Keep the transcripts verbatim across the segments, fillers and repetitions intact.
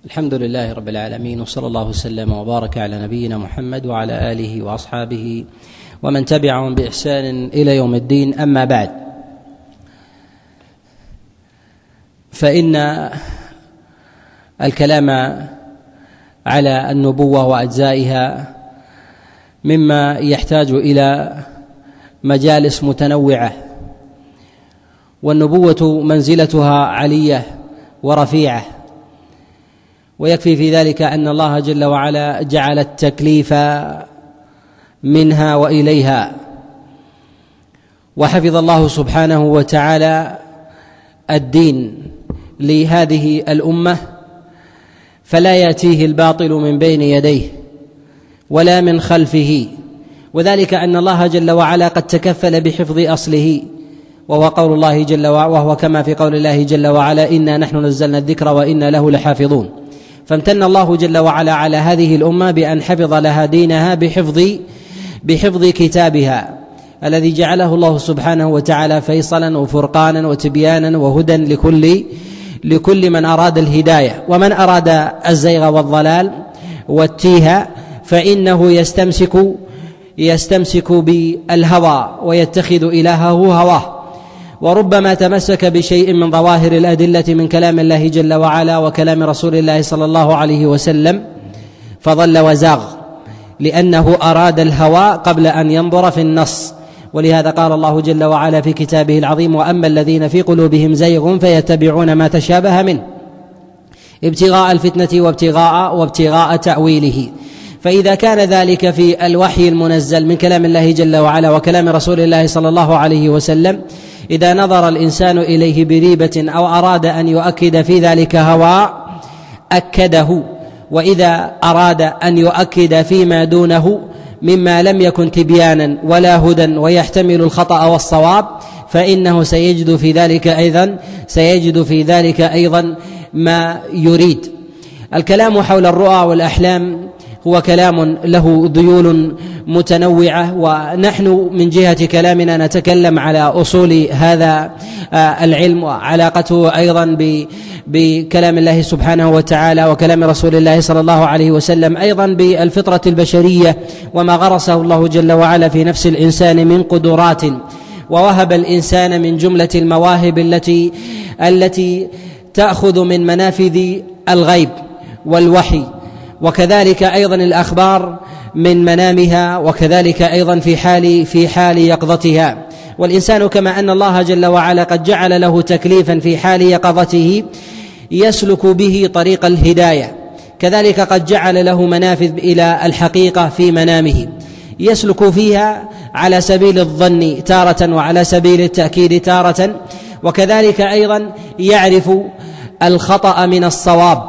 الحمد لله رب العالمين، وصلى الله وسلم وبارك على نبينا محمد وعلى آله وأصحابه ومن تبعهم بإحسان إلى يوم الدين. أما بعد، فإن الكلام على النبوة وأجزائها مما يحتاج إلى مجالس متنوعة، والنبوة منزلتها علية ورفيعة، ويكفي في ذلك أن الله جل وعلا جعل التكليف منها وإليها، وحفظ الله سبحانه وتعالى الدين لهذه الأمة، فلا يأتيه الباطل من بين يديه ولا من خلفه، وذلك أن الله جل وعلا قد تكفل بحفظ أصله، وهو قول الله جل وعلا، وهو كما في قول الله جل وعلا: إنا نحن نزلنا الذكر وإنا له لحافظون. فامتن الله جل وعلا على هذه الأمة بأن حفظ لها دينها بحفظ بحفظ كتابها الذي جعله الله سبحانه وتعالى فيصلا وفرقانا وتبيانا وهدى لكل لكل من أراد الهداية، ومن أراد الزيغ والضلال والتيه فإنه يستمسك يستمسك بالهوى ويتخذ إلهه هواه، وربما تمسك بشيء من ظواهر الأدلة من كلام الله جل وعلا وكلام رسول الله صلى الله عليه وسلم فضل وزاغ، لأنه أراد الهوى قبل أن ينظر في النص. ولهذا قال الله جل وعلا في كتابه العظيم: وأما الذين في قلوبهم زيغ فيتبعون ما تشابه منه ابتغاء الفتنة وابتغاء وابتغاء تأويله. فإذا كان ذلك في الوحي المنزل من كلام الله جل وعلا وكلام رسول الله صلى الله عليه وسلم، إذا نظر الإنسان إليه بريبة أو أراد أن يؤكد في ذلك هوى أكده، وإذا أراد أن يؤكد فيما دونه مما لم يكن تبيانا ولا هدى ويحتمل الخطأ والصواب فإنه سيجد في ذلك أيضا سيجد في ذلك أيضا ما يريد. الكلام حول الرؤى والأحلام هو كلام له ذيول متنوعة، ونحن من جهة كلامنا نتكلم على أصول هذا العلم وعلاقته أيضا بكلام الله سبحانه وتعالى وكلام رسول الله صلى الله عليه وسلم، أيضا بالفطرة البشرية وما غرسه الله جل وعلا في نفس الإنسان من قدرات، ووهب الإنسان من جملة المواهب التي التي تأخذ من منافذ الغيب والوحي، وكذلك أيضا الأخبار من منامها، وكذلك أيضا في حال في حال يقظتها. والإنسان كما أن الله جل وعلا قد جعل له تكليفا في حال يقظته يسلك به طريق الهداية، كذلك قد جعل له منافذ إلى الحقيقة في منامه يسلك فيها على سبيل الظن تارة وعلى سبيل التأكيد تارة، وكذلك أيضا يعرف الخطأ من الصواب،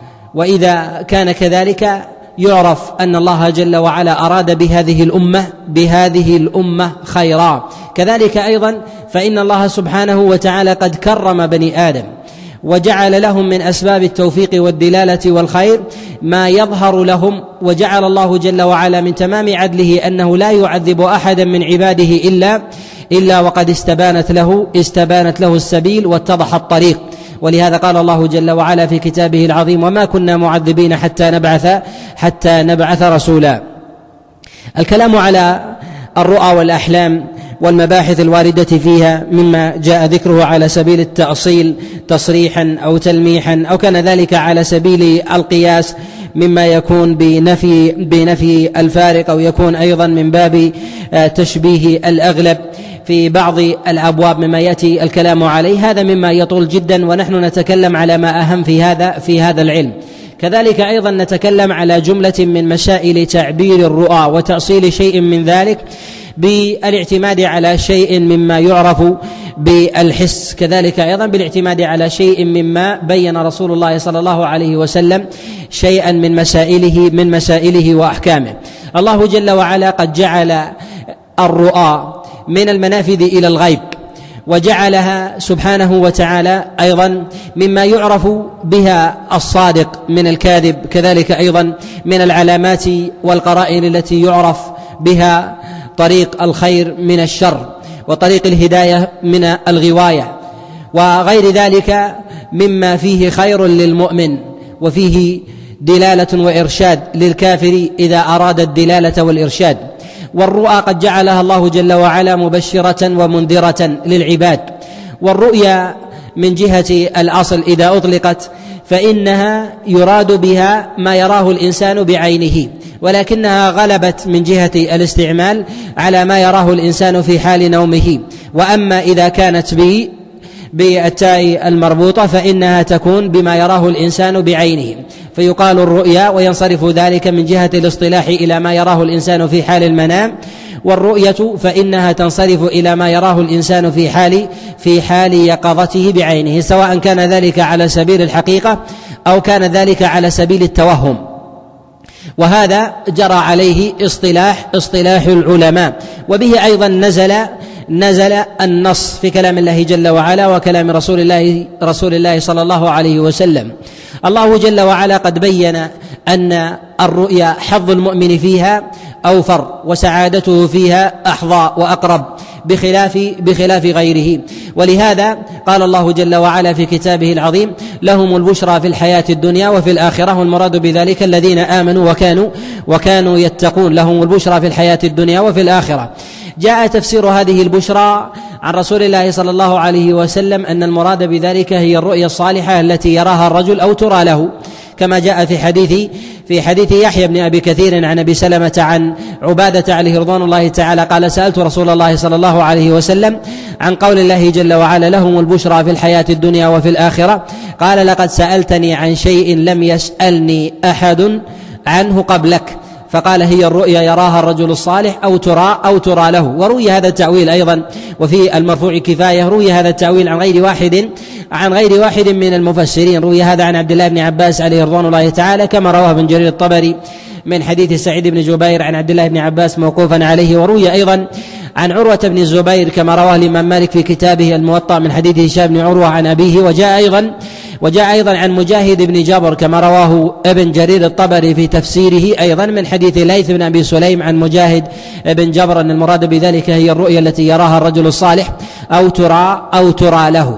وإذا كان كذلك يعرف أن الله جل وعلا أراد بهذه الأمة بهذه الأمة خيرا. كذلك أيضا فإن الله سبحانه وتعالى قد كرم بني آدم وجعل لهم من أسباب التوفيق والدلالة والخير ما يظهر لهم، وجعل الله جل وعلا من تمام عدله أنه لا يعذب أحدا من عباده إلا إلا وقد استبانت له استبانت له السبيل واتضح الطريق. ولهذا قال الله جل وعلا في كتابه العظيم: وما كنا معذبين حتى نبعث حتى نبعث رسولا. الكلام على الرؤى والأحلام والمباحث الواردة فيها مما جاء ذكره على سبيل التأصيل تصريحا أو تلميحا، أو كان ذلك على سبيل القياس مما يكون بنفي بنفي الفارق، أو يكون أيضا من باب تشبيه الأغلب في بعض الأبواب مما يأتي الكلام عليه. هذا مما يطول جدا، ونحن نتكلم على ما أهم في هذا في هذا العلم. كذلك أيضا نتكلم على جملة من مسائل تعبير الرؤى وتأصيل شيء من ذلك بالاعتماد على شيء مما يعرف بالحس، كذلك أيضا بالاعتماد على شيء مما بين رسول الله صلى الله عليه وسلم شيئا من مسائله من مسائله وأحكامه. الله جل وعلا قد جعل الرؤى من المنافذ إلى الغيب، وجعلها سبحانه وتعالى أيضا مما يعرف بها الصادق من الكاذب، كذلك أيضا من العلامات والقرائن التي يعرف بها طريق الخير من الشر، وطريق الهداية من الغواية، وغير ذلك مما فيه خير للمؤمن وفيه دلالة وإرشاد للكافر إذا أراد الدلالة والإرشاد. والرؤى قد جعلها الله جل وعلا مبشرة ومنذرة للعباد. والرؤيا من جهة الأصل إذا أطلقت فإنها يراد بها ما يراه الإنسان بعينه، ولكنها غلبت من جهة الاستعمال على ما يراه الإنسان في حال نومه. وأما إذا كانت به بالتاء المربوطة فإنها تكون بما يراه الإنسان بعينه، فيقال الرؤيا، وينصرف ذلك من جهة الاصطلاح إلى ما يراه الإنسان في حال المنام. والرؤية فإنها تنصرف إلى ما يراه الإنسان في حال في حال يقظته بعينه، سواء كان ذلك على سبيل الحقيقة أو كان ذلك على سبيل التوهم. وهذا جرى عليه اصطلاح اصطلاح العلماء، وبه أيضا نزل نزل النص في كلام الله جل وعلا وكلام رسول الله رسول الله صلى الله عليه وسلم. الله جل وعلا قد بين أن الرؤيا حظ المؤمن فيها أوفر، وسعادته فيها أحظى وأقرب بخلاف بخلاف غيره. ولهذا قال الله جل وعلا في كتابه العظيم: لهم البشرى في الحياة الدنيا وفي الآخرة، والمراد بذلك الذين آمنوا وكانوا وكانوا يتقون. لهم البشرى في الحياة الدنيا وفي الآخرة. جاء تفسير هذه البشرى عن رسول الله صلى الله عليه وسلم أن المراد بذلك هي الرؤيا الصالحة التي يراها الرجل أو ترى له، كما جاء في حديث في حديث يحيى بن أبي كثير عن أبي سلمة عن عبادة عليه رضوان الله تعالى قال: سألت رسول الله صلى الله عليه وسلم عن قول الله جل وعلا: لهم البشرى في الحياة الدنيا وفي الآخرة. قال: لقد سألتني عن شيء لم يسألني أحد عنه قبلك. فقال: هي الرؤيا يراها الرجل الصالح أو ترى أو ترى له. وروي هذا التأويل أيضا، وفي المرفوع كفاية روي هذا التأويل عن غير واحد عن غير واحد من المفسرين. روي هذا عن عبد الله بن عباس عليه رضوان الله تعالى، كما رواه ابن جرير الطبري من حديث سعيد بن جبير عن عبد الله بن عباس موقوفا عليه. وروي أيضا عن عروة بن الزبير كما رواه الإمام مالك في كتابه الموطأ من حديث هشام بن عروة عن أبيه. وجاء أيضا وجاء أيضا عن مجاهد بن جبر كما رواه ابن جرير الطبري في تفسيره أيضا من حديث ليث بن أبي سليم عن مجاهد بن جبر أن المراد بذلك هي الرؤيا التي يراها الرجل الصالح أو ترى أو ترى له.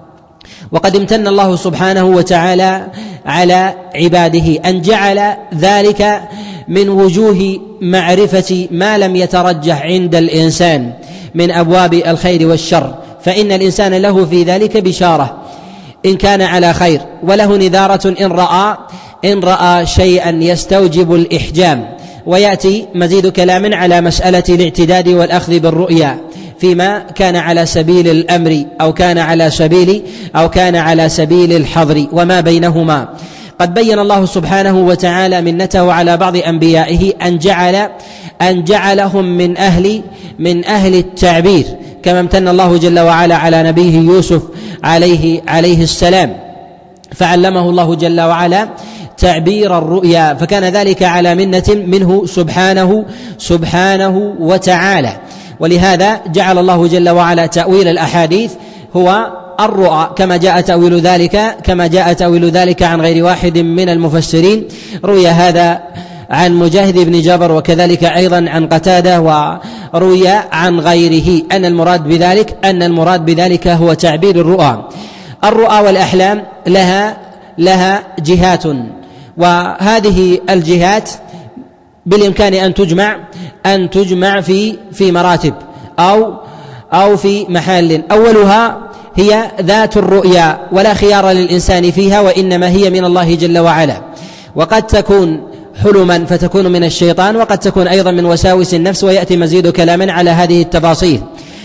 وقد امتن الله سبحانه وتعالى على عباده أن جعل ذلك من وجوه معرفة ما لم يترجح عند الإنسان من أبواب الخير والشر، فإن الإنسان له في ذلك بشارة إن كان على خير، وله نذارة إن رأى إن رأى شيئا يستوجب الإحجام. ويأتي مزيد كلام على مسألة الاعتداد والأخذ بالرؤيا فيما كان على سبيل الأمر أو كان على سبيل أو كان على سبيل الحظر وما بينهما. قد بين الله سبحانه وتعالى منته على بعض أنبيائه أن جعل أن جعلهم من أهل من أهل التعبير، كما امتن الله جل وعلا على نبيه يوسف عليه عليه السلام، فعلمه الله جل وعلا تعبير الرؤيا، فكان ذلك على منة منه سبحانه سبحانه وتعالى. ولهذا جعل الله جل وعلا تأويل الأحاديث هو الرؤى، كما جاء تأويل ذلك كما جاء تأويل ذلك عن غير واحد من المفسرين. روي هذا عن مجاهد بن جبر وكذلك أيضا عن قتادة، وروي عن غيره أن المراد بذلك أن المراد بذلك هو تعبير الرؤى. الرؤى والأحلام لها لها جهات، وهذه الجهات بالإمكان أن تجمع أن تجمع في في مراتب أو أو في محل. أولها هي ذات الرؤيا، ولا خيار للإنسان فيها، وإنما هي من الله جل وعلا، وقد تكون حلما فتكون من الشيطان، وقد تكون أيضا من وساوس النفس، ويأتي مزيد كلام على هذه التفاصيل.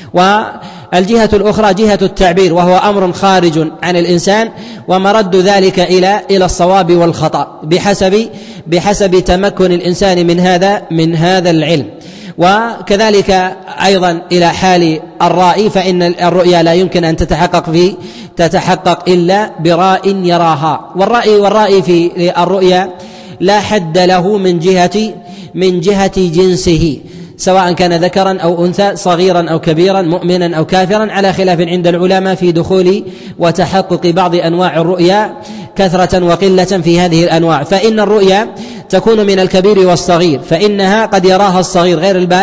والجهة الأخرى جهة التعبير، وهو أمر خارج عن الإنسان، ومرد ذلك إلى إلى الصواب والخطأ بحسب بحسب تمكن الإنسان من هذا من هذا العلم. وكذلك أيضا إلى حال الرائي، فإن الرؤيا لا يمكن أن تتحقق في تتحقق إلا براء يراها. والرأي والرأي في الرؤيا لا حد له من جهة من جهة جنسه، سواء كان ذكرا أو أنثى، صغيرا أو كبيرا، مؤمنا أو كافرا، على خلاف عند العلماء في دخول وتحقق بعض أنواع الرؤيا كثرة وقلة في هذه الأنواع. فإن الرؤيا تكون من الكبير والصغير، فإنها قد يراها الصغير غير البالغ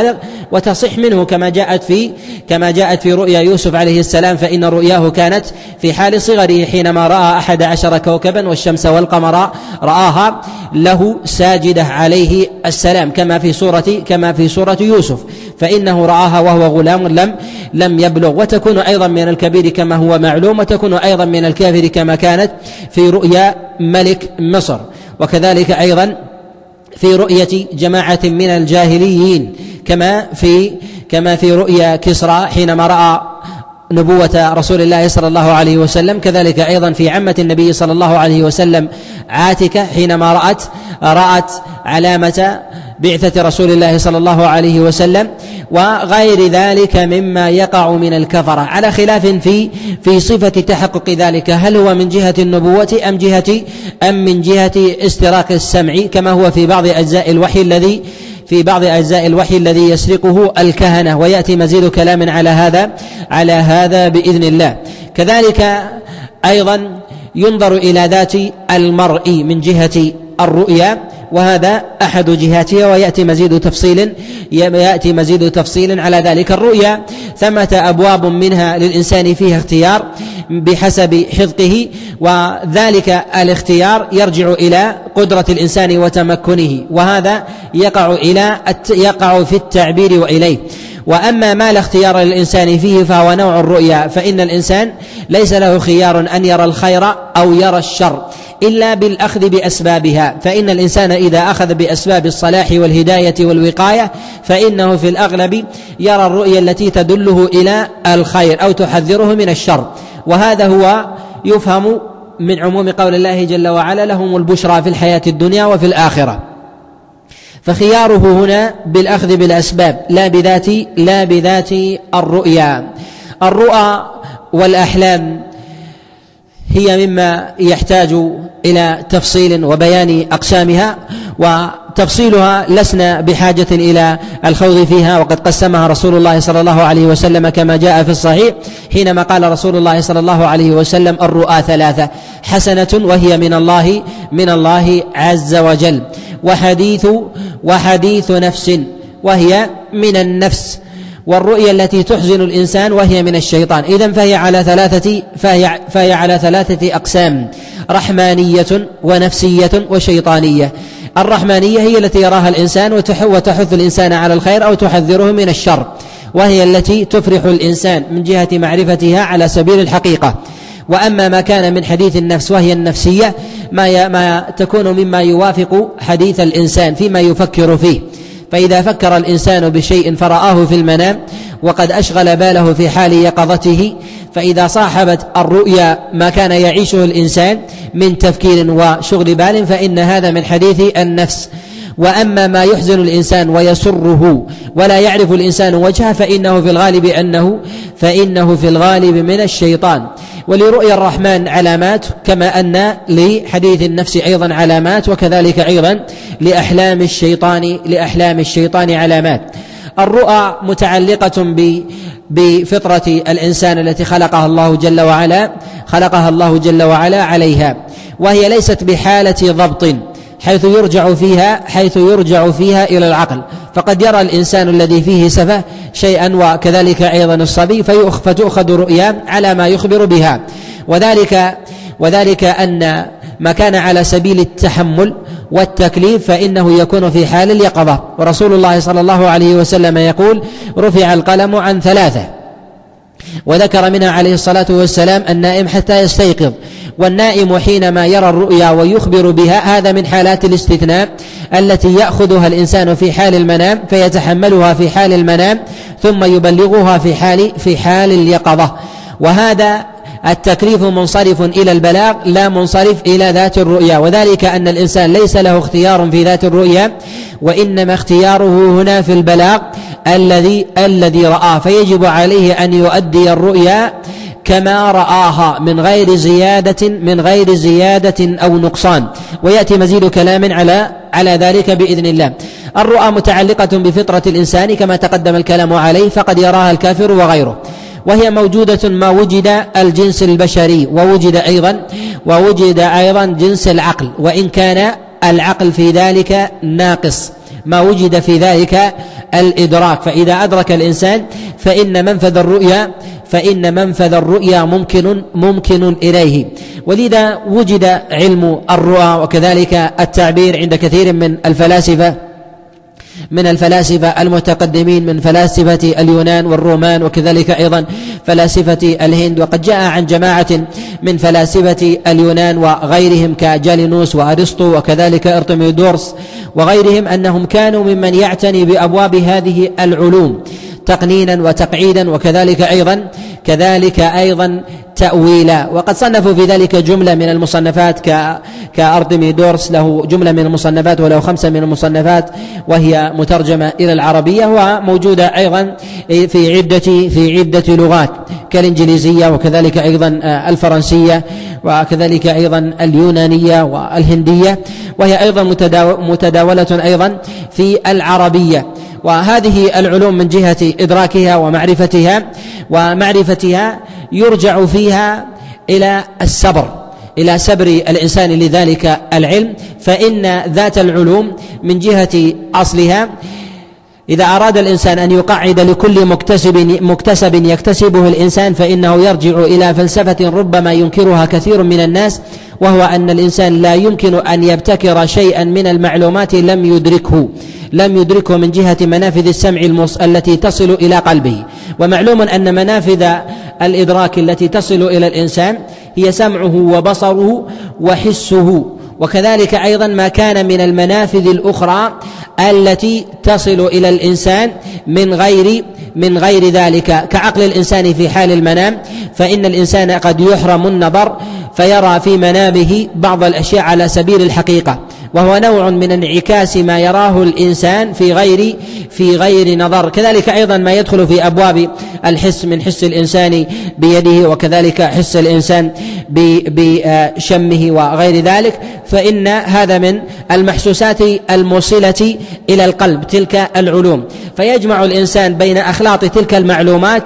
وتصح منه كما جاءت في كما جاءت في رؤيا يوسف عليه السلام، فإن رؤياه كانت في حال صغره حينما رأى أحد عشر كوكبا والشمس والقمر رآها له ساجدة عليه السلام كما في سورة كما في سورة يوسف، فإنه رآها وهو غلام لم لم يبلغ. وتكون أيضا من الكبير كما هو معلوم، وتكون أيضا من الكافر كما كانت في رؤيا ملك مصر. وكذلك أيضا في رؤية جماعة من الجاهليين كما في كما في رؤيا كسرى حينما رأى نبوة رسول الله صلى الله عليه وسلم، كذلك أيضا في عمة النبي صلى الله عليه وسلم عاتكة حينما رأت رأت علامة بعثة رسول الله صلى الله عليه وسلم، وغير ذلك مما يقع من الكفرة، على خلاف في في صفة تحقق ذلك، هل هو من جهة النبوة أم جهة أم من جهة استراق السمع كما هو في بعض أجزاء الوحي الذي في بعض أجزاء الوحي الذي يسرقه الكهنة، ويأتي مزيد كلام على هذا على هذا بإذن الله. كذلك أيضا ينظر إلى ذات المرء من جهة الرؤيا، وهذا أحد جهاتها، ويأتي مزيد تفصيل يأتي مزيد تفصيل على ذلك. الرؤيا ثمة أبواب منها للإنسان فيها اختيار بحسب حذقه، وذلك الاختيار يرجع إلى قدرة الإنسان وتمكنه، وهذا يقع إلى يقع في التعبير وإليه. وأما ما لا اختيار للإنسان فيه فهو نوع الرؤيا، فإن الإنسان ليس له خيار أن يرى الخير أو يرى الشر إلا بالأخذ بأسبابها، فإن الإنسان إذا أخذ بأسباب الصلاح والهداية والوقاية فإنه في الأغلب يرى الرؤيا التي تدله إلى الخير أو تحذره من الشر. وهذا هو يفهم من عموم قول الله جل وعلا: لهم البشرى في الحياة الدنيا وفي الآخرة. فخياره هنا بالأخذ بالأسباب لا بذات لا بذات الرؤيا. الرؤى والأحلام هي مما يحتاج إلى تفصيل وبيان أقسامها، وتفصيلها لسنا بحاجة إلى الخوض فيها، وقد قسمها رسول الله صلى الله عليه وسلم كما جاء في الصحيح حينما قال رسول الله صلى الله عليه وسلم: الرؤى ثلاثة: حسنة وهي من الله من الله عز وجل، وحديث وحديث نفس وهي من النفس، والرؤيا التي تحزن الإنسان وهي من الشيطان. إذن فهي على ثلاثة فهي, فهي على ثلاثة أقسام: رحمانية ونفسية وشيطانية. الرحمانية هي التي يراها الإنسان وتحث الإنسان على الخير أو تحذره من الشر، وهي التي تفرح الإنسان من جهة معرفتها على سبيل الحقيقة. وأما ما كان من حديث النفس وهي النفسية ما, ما تكون مما يوافق حديث الإنسان فيما يفكر فيه، فإذا فكر الإنسان بشيء فرآه في المنام وقد أشغل باله في حال يقظته، فإذا صاحبت الرؤيا ما كان يعيشه الإنسان من تفكير وشغل بال فإن هذا من حديث النفس. وأما ما يحزن الإنسان ويسره ولا يعرف الإنسان وجهه فإنه في الغالب أنه فإنه في الغالب من الشيطان. ولرؤيا الرحمن علامات كما أن لحديث النفس أيضا علامات، وكذلك أيضا لأحلام الشيطان لأحلام الشيطان علامات. الرؤى متعلقة بفطرة الإنسان التي خلقها الله جل وعلا خلقها الله جل وعلا عليها، وهي ليست بحالة ضبط حيث يرجع فيها حيث يرجع فيها إلى العقل، فقد يرى الإنسان الذي فيه سفه شيئا وكذلك أيضا الصبي فتؤخذ رؤيا على ما يخبر بها، وذلك وذلك أن ما كان على سبيل التحمل والتكليف فإنه يكون في حال اليقظة. ورسول الله صلى الله عليه وسلم يقول: رفع القلم عن ثلاثة، وذكر منها عليه الصلاة والسلام النائم حتى يستيقظ. والنائم حينما يرى الرؤيا ويخبر بها هذا من حالات الاستثناء التي يأخذها الإنسان في حال المنام فيتحملها في حال المنام ثم يبلغها في حال في حال اليقظة. وهذا التكليف منصرف إلى البلاغ لا منصرف إلى ذات الرؤيا، وذلك أن الإنسان ليس له اختيار في ذات الرؤيا، وإنما اختياره هنا في البلاغ الذي الذي رآه، فيجب عليه أن يؤدي الرؤيا كما رآها من غير زيادة من غير زيادة أو نقصان، ويأتي مزيد كلام على على ذلك بإذن الله. الرؤى متعلقة بفطرة الإنسان كما تقدم الكلام عليه، فقد يراها الكافر وغيره، وهي موجودة ما وجد الجنس البشري ووجد أيضا ووجد أيضا جنس العقل، وإن كان العقل في ذلك ناقص، ما وجد في ذلك الإدراك. فإذا أدرك الإنسان فإن منفذ الرؤيا فإن منفذ الرؤيا ممكن ممكن إليه. ولذا وجد علم الرؤى وكذلك التعبير عند كثير من الفلاسفة من الفلاسفة المتقدمين من فلاسفة اليونان والرومان وكذلك أيضا فلاسفة الهند. وقد جاء عن جماعة من فلاسفة اليونان وغيرهم كجالينوس وأرسطو وكذلك أرطميدورس وغيرهم أنهم كانوا ممن يعتني بأبواب هذه العلوم تقنينا وتقعيدا وكذلك أيضا كذلك أيضا تأويلا. وقد صنفوا في ذلك جملة من المصنفات كأرطميدورس له جملة من المصنفات وله خمسة من المصنفات وهي مترجمة إلى العربية وموجودة أيضا في عدة في عدة لغات كالإنجليزية وكذلك أيضا الفرنسية وكذلك أيضا اليونانية والهندية، وهي أيضا متداولة أيضا في العربية. وهذه العلوم من جهة إدراكها ومعرفتها ومعرفتها يرجع فيها إلى الصبر إلى صبر الإنسان لذلك العلم. فإن ذات العلوم من جهة أصلها إذا أراد الإنسان أن يقعد لكل مكتسب مكتسب يكتسبه الإنسان فإنه يرجع إلى فلسفة ربما ينكرها كثير من الناس، وهو أن الإنسان لا يمكن أن يبتكر شيئا من المعلومات لم يدركه لم يدركه من جهة منافذ السمع المص... التي تصل إلى قلبه. ومعلوم أن منافذ الإدراك التي تصل إلى الإنسان هي سمعه وبصره وحسه، وكذلك أيضا ما كان من المنافذ الأخرى التي تصل إلى الإنسان من غير من غير ذلك، كعقل الإنسان في حال المنام، فإن الإنسان قد يحرم النظر فيرى في منامه بعض الأشياء على سبيل الحقيقة، وهو نوع من انعكاس ما يراه الإنسان في غير في غير نظر. كذلك أيضا ما يدخل في أبواب الحس من حس الإنسان بيده وكذلك حس الإنسان بشمه وغير ذلك، فإن هذا من المحسوسات الموصلة إلى القلب تلك العلوم. فيجمع الإنسان بين أخلاط تلك المعلومات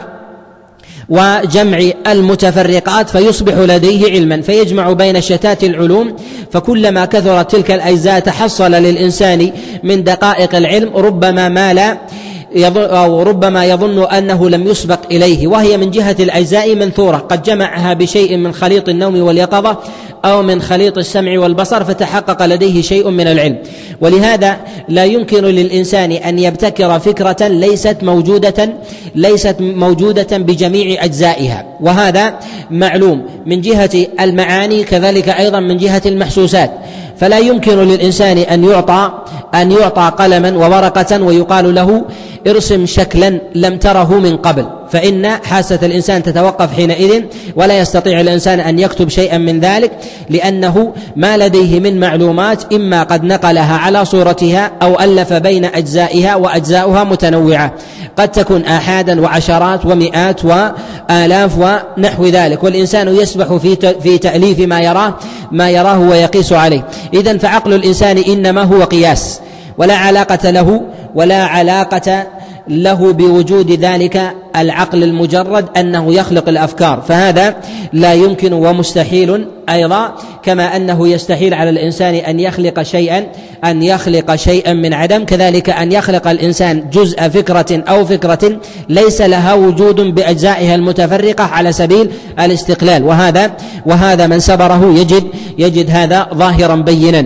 وجمع المتفرقات فيصبح لديه علما، فيجمع بين شتات العلوم، فكلما كثرت تلك الأجزاء تحصل للإنسان من دقائق العلم ربما مال أو ربما يظن أنه لم يسبق إليه، وهي من جهة الأجزاء منثورة، قد جمعها بشيء من خليط النوم واليقظة أو من خليط السمع والبصر فتحقق لديه شيء من العلم. ولهذا لا يمكن للإنسان أن يبتكر فكرة ليست موجودة ليست موجودة بجميع أجزائها، وهذا معلوم من جهة المعاني كذلك أيضا من جهة المحسوسات. فلا يمكن للإنسان أن يعطى أن يعطى قلما وورقة ويقال له ارسم شكلا لم تره من قبل، فإن حاسة الإنسان تتوقف حينئذ، ولا يستطيع الإنسان أن يكتب شيئا من ذلك، لأنه ما لديه من معلومات إما قد نقلها على صورتها أو ألف بين أجزائها، وأجزاؤها متنوعة قد تكون آحادا وعشرات ومئات وآلاف ونحو ذلك، والإنسان يسبح في في تأليف ما يراه ما يراه ويقيس عليه. إذن فعقل الإنسان إنما هو قياس، ولا علاقة له ولا علاقة له بوجود ذلك العقل المجرد أنه يخلق الأفكار، فهذا لا يمكن ومستحيل أيضا، كما أنه يستحيل على الإنسان أن يخلق شيئا أن يخلق شيئا من عدم، كذلك أن يخلق الإنسان جزء فكرة أو فكرة ليس لها وجود بأجزائها المتفرقة على سبيل الاستقلال، وهذا وهذا من سبره يجد يجد هذا ظاهرا بينا.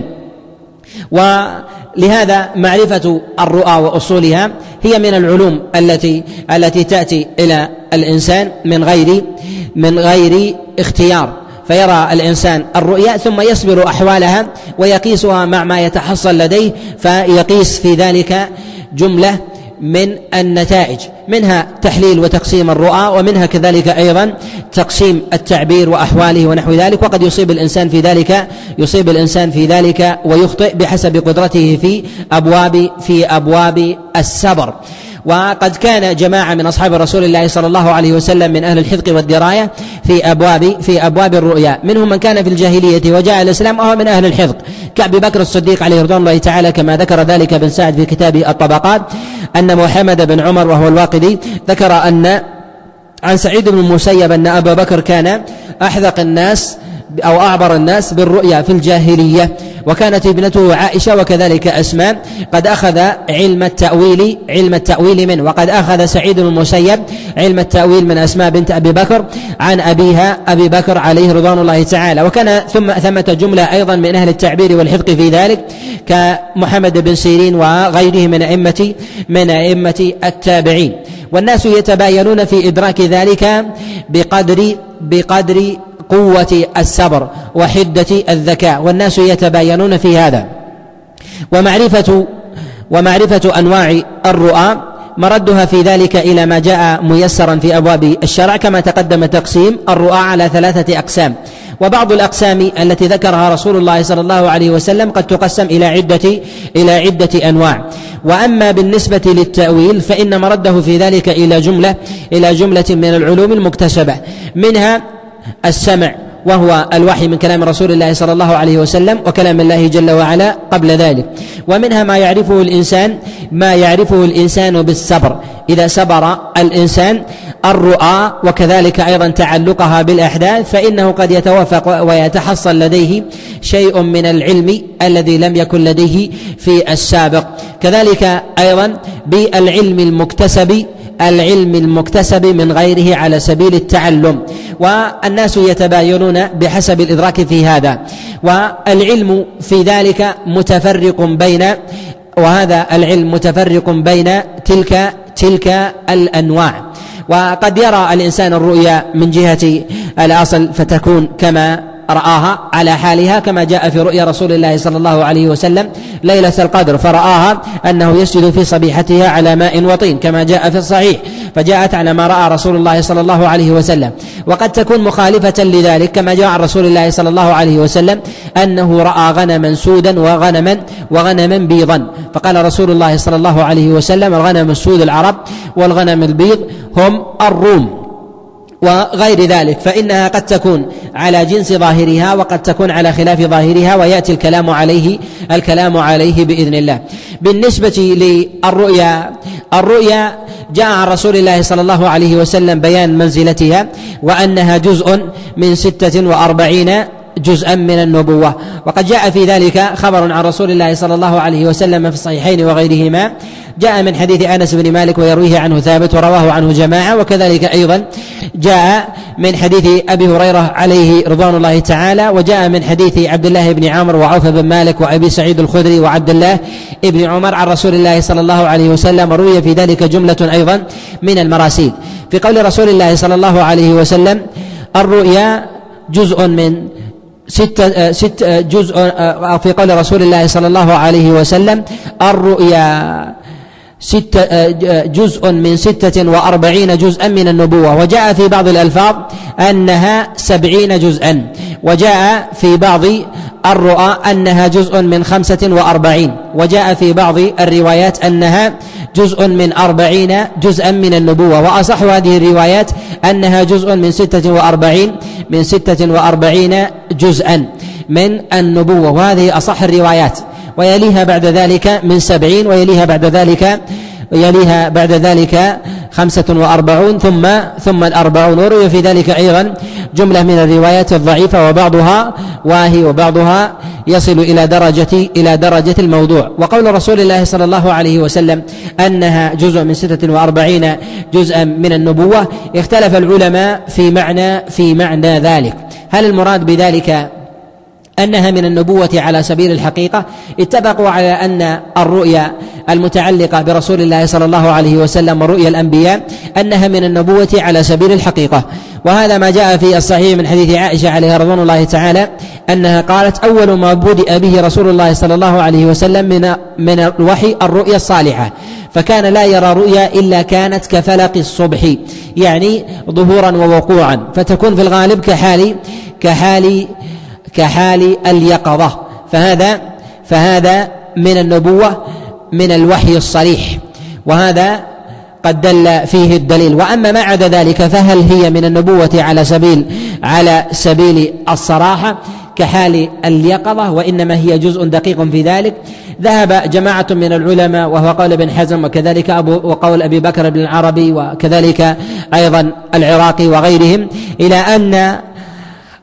ولهذا معرفة الرؤى وأصولها هي من العلوم التي التي تأتي إلى الإنسان من غير من غير اختيار، فيرى الإنسان الرؤيا ثم يصبر أحوالها ويقيسها مع ما يتحصل لديه، فيقيس في ذلك جملة من النتائج، منها تحليل وتقسيم الرؤى، ومنها كذلك أيضا تقسيم التعبير وأحواله ونحو ذلك. وقد يصيب الإنسان في ذلك يصيب الإنسان في ذلك ويخطئ بحسب قدرته في أبواب في أبواب الصبر. وقد كان جماعة من أصحاب رسول الله صلى الله عليه وسلم من أهل الحذق والدراية في أبواب في أبواب الرؤيا، منهم من كان في الجاهلية وجاء الإسلام وهو من أهل الحذق كأبي بكر الصديق عليه رضوان الله تعالى، كما ذكر ذلك ابن سعد في كتابه الطبقات، أن محمد بن عمر وهو الواقدي ذكر أن عن سعيد بن المسيب أن أبا بكر كان أحذق الناس أو أعبر الناس بالرؤيا في الجاهلية، وكانت ابنته عائشة وكذلك أسماء قد أخذ علم التأويل علم التأويل منه، وقد أخذ سعيد بن المسيب علم التأويل من أسماء بنت أبي بكر عن أبيها أبي بكر عليه رضوان الله تعالى. وكان ثم ثمة جملة أيضا من أهل التعبير والحذق في ذلك كمحمد بن سيرين وغيره من أئمة من أئمة التابعين. والناس يتباينون في إدراك ذلك بقدر بقدر قوة الصبر وحدة الذكاء، والناس يتباينون في هذا. ومعرفة ومعرفة أنواع الرؤى مردها في ذلك إلى ما جاء ميسرا في أبواب الشرع، كما تقدم تقسيم الرؤى على ثلاثة أقسام. وبعض الأقسام التي ذكرها رسول الله صلى الله عليه وسلم قد تقسم إلى عدة إلى عدة أنواع. وأما بالنسبة للتأويل فإن مرده في ذلك إلى جملة إلى جملة من العلوم المكتسبة، منها السمع وهو الوحي من كلام رسول الله صلى الله عليه وسلم وكلام الله جل وعلا قبل ذلك، ومنها ما يعرفه الإنسان ما يعرفه الإنسان بالصبر إذا صبر الإنسان الرؤى، وكذلك أيضا تعلقها بالأحداث، فإنه قد يتوافق ويتحصل لديه شيء من العلم الذي لم يكن لديه في السابق. كذلك أيضا بالعلم المكتسب العلم المكتسب من غيره على سبيل التعلم، والناس يتباينون بحسب الإدراك في هذا. والعلم في ذلك متفرق بين وهذا العلم متفرق بين تلك تلك الأنواع. وقد يرى الإنسان الرؤيا من جهة الأصل فتكون كما رآها على حالها، كما جاء في رؤيا رسول الله صلى الله عليه وسلم ليلة القدر فرآها أنه يسجد في صبيحتها على ماء وطين كما جاء في الصحيح، فجاءت على ما رأى رسول الله صلى الله عليه وسلم. وقد تكون مخالفة لذلك كما جاء عن رسول الله صلى الله عليه وسلم أنه رأى غنما سودا وغنما وغنما بيضا، فقال رسول الله صلى الله عليه وسلم الغنم السود العرب والغنم البيض هم الروم وغير ذلك، فإنها قد تكون على جنس ظاهرها وقد تكون على خلاف ظاهرها، ويأتي الكلام عليه الكلام عليه بإذن الله. بالنسبة للرؤيا الرؤيا جاء عن رسول الله صلى الله عليه وسلم بيان منزلتها وأنها جزء من ستة وأربعين جزءا من النبوة، وقد جاء في ذلك خبر عن رسول الله صلى الله عليه وسلم في الصحيحين وغيرهما، جاء من حديث أنس بن مالك ويرويه عنه ثابت ورواه عنه جماعة، وكذلك أيضا جاء من حديث أبي هريرة عليه رضوان الله تعالى، وجاء من حديث عبد الله بن عمرو وعوف بن مالك وأبي سعيد الخدري وعبد الله بن عمر عن رسول الله صلى الله عليه وسلم، روي في ذلك جملة أيضا من المراسيل. في قول رسول الله صلى الله عليه وسلم الرؤيا جزء من ستة ست جزء، في قول رسول الله صلى الله عليه وسلم الرؤيا ستة جزء من ستة وأربعين جزءا من النبوة، وجاء في بعض الألفاظ أنها سبعين جزءا، وجاء في بعض الرؤى أنها جزء من خمسة وأربعين، وجاء في بعض الروايات أنها جزء من أربعين جزءا من النبوة، وأصح هذه الروايات أنها جزء من ستة وأربعين من ستة وأربعين جزءا من النبوة، وهذه أصح الروايات. ويليها بعد ذلك من سبعين، ويليها بعد ذلك يليها بعد ذلك خمسة وأربعون ثم ثم الأربعون، وروي في ذلك أيضا جملة من الروايات الضعيفة وبعضها واهي وبعضها يصل إلى درجة إلى درجة الموضوع. وقول رسول الله صلى الله عليه وسلم أنها جزء من ستة وأربعين جزءا من النبوة، اختلف العلماء في معنى في معنى ذلك، هل المراد بذلك أنها من النبوة على سبيل الحقيقة؟ اتفقوا على أن الرؤيا المتعلقة برسول الله صلى الله عليه وسلم ورؤيا الأنبياء أنها من النبوة على سبيل الحقيقة، وهذا ما جاء في الصحيح من حديث عائشة عليها رضوان الله تعالى أنها قالت أول ما بدأ به رسول الله صلى الله عليه وسلم من من الوحي الرؤيا الصالحة، فكان لا يرى رؤيا إلا كانت كفلق الصبح، يعني ظهورا ووقوعا، فتكون في الغالب كحال كحال كحال اليقظة، فهذا فهذا من النبوة من الوحي الصريح، وهذا قد دل فيه الدليل. وأما ما عدا ذلك فهل هي من النبوة على سبيل على سبيل الصراحة كحال اليقظة، وإنما هي جزء دقيق في ذلك؟ ذهب جماعة من العلماء وهو قول ابن حزم وكذلك أبو وقول أبي بكر بن العربي وكذلك أيضا العراقي وغيرهم إلى أن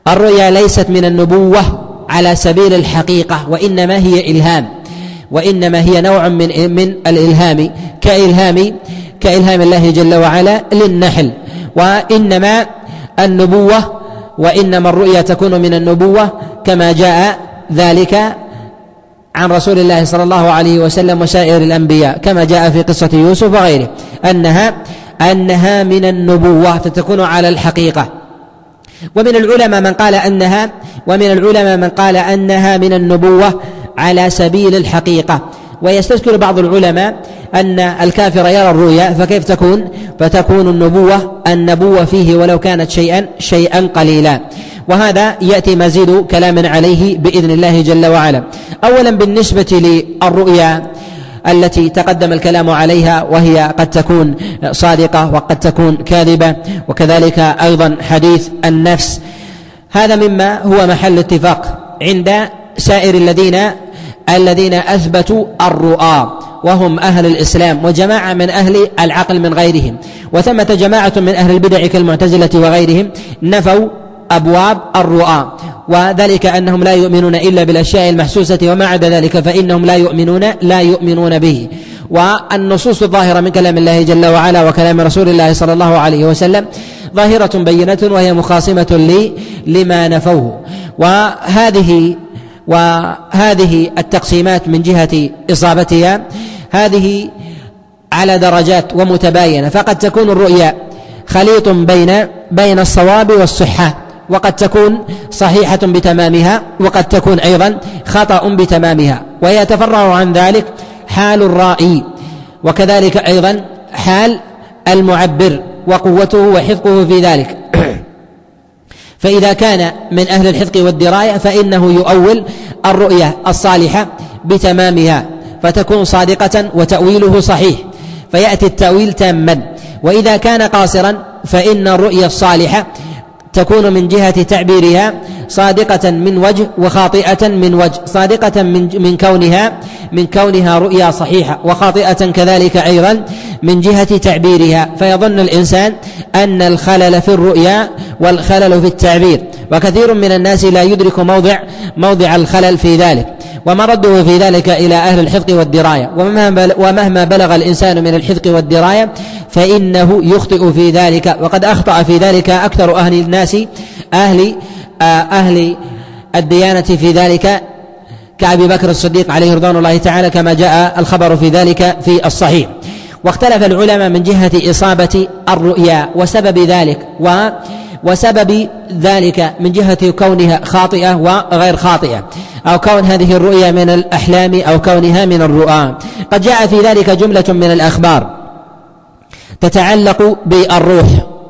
الرؤيا ليست من النبوة على سبيل الحقيقة، وإنما هي إلهام، وإنما هي نوع من من الإلهام كإلهام كإلهام الله جل وعلا للنحل. وإنما النبوة وإنما الرؤيا تكون من النبوة كما جاء ذلك عن رسول الله صلى الله عليه وسلم وسائر الأنبياء، كما جاء في قصة يوسف وغيره أنها أنها من النبوة فتكون على الحقيقة. ومن العلماء من قال أنها ومن العلماء من قال أنها من النبوة على سبيل الحقيقة. ويستذكر بعض العلماء أن الكافر يرى الرؤيا فكيف تكون فتكون النبوة النبوة فيه ولو كانت شيئا شيئا قليلا. وهذا يأتي مزيد كلام عليه بإذن الله جل وعلا. أولا بالنسبة للرؤيا التي تقدم الكلام عليها، وهي قد تكون صادقة وقد تكون كاذبة، وكذلك أيضا حديث النفس، هذا مما هو محل اتفاق عند سائر الذين الذين أثبتوا الرؤى، وهم أهل الإسلام وجماعة من أهل العقل من غيرهم. وثمة جماعة من أهل البدع كالمعتزلة وغيرهم نفوا أبواب الرؤى، وذلك أنهم لا يؤمنون إلا بالأشياء المحسوسة، وما عدا ذلك فإنهم لا يؤمنون لا يؤمنون به. والنصوص الظاهرة من كلام الله جل وعلا وكلام رسول الله صلى الله عليه وسلم ظاهرة بينة، وهي مخاصمة لي لما نفوه. وهذه وهذه التقسيمات من جهة إصابتها هذه على درجات ومتباينة، فقد تكون الرؤيا خليط بين بين الصواب والصحة، وقد تكون صحيحة بتمامها، وقد تكون أيضا خطأ بتمامها. ويتفرع عن ذلك حال الرائي، وكذلك أيضا حال المعبر وقوته وحفظه في ذلك. فإذا كان من أهل الحفظ والدراية فإنه يؤول الرؤية الصالحة بتمامها فتكون صادقة وتأويله صحيح، فيأتي التأويل تاما. وإذا كان قاصرا فإن الرؤية الصالحة تكون من جهة تعبيرها صادقة من وجه وخاطئة من وجه، صادقة من من كونها من كونها رؤيا صحيحة، وخاطئة كذلك أيضا من جهة تعبيرها، فيظن الإنسان أن الخلل في الرؤيا والخلل في التعبير، وكثير من الناس لا يدرك موضع موضع الخلل في ذلك، ومرده في ذلك إلى أهل الحفظ والدراية. ومهما بلغ الإنسان من الحفظ والدراية فإنه يخطئ في ذلك، وقد أخطأ في ذلك أكثر أهل الناس أهل أهل الديانة في ذلك كأبي بكر الصديق عليه رضوان الله تعالى، كما جاء الخبر في ذلك في الصحيح. واختلف العلماء من جهة إصابة الرؤيا وسبب ذلك و وسبب ذلك من جهة كونها خاطئة وغير خاطئة، أو كون هذه الرؤيا من الأحلام أو كونها من الرؤى. قد جاء في ذلك جملة من الأخبار تتعلق بالروح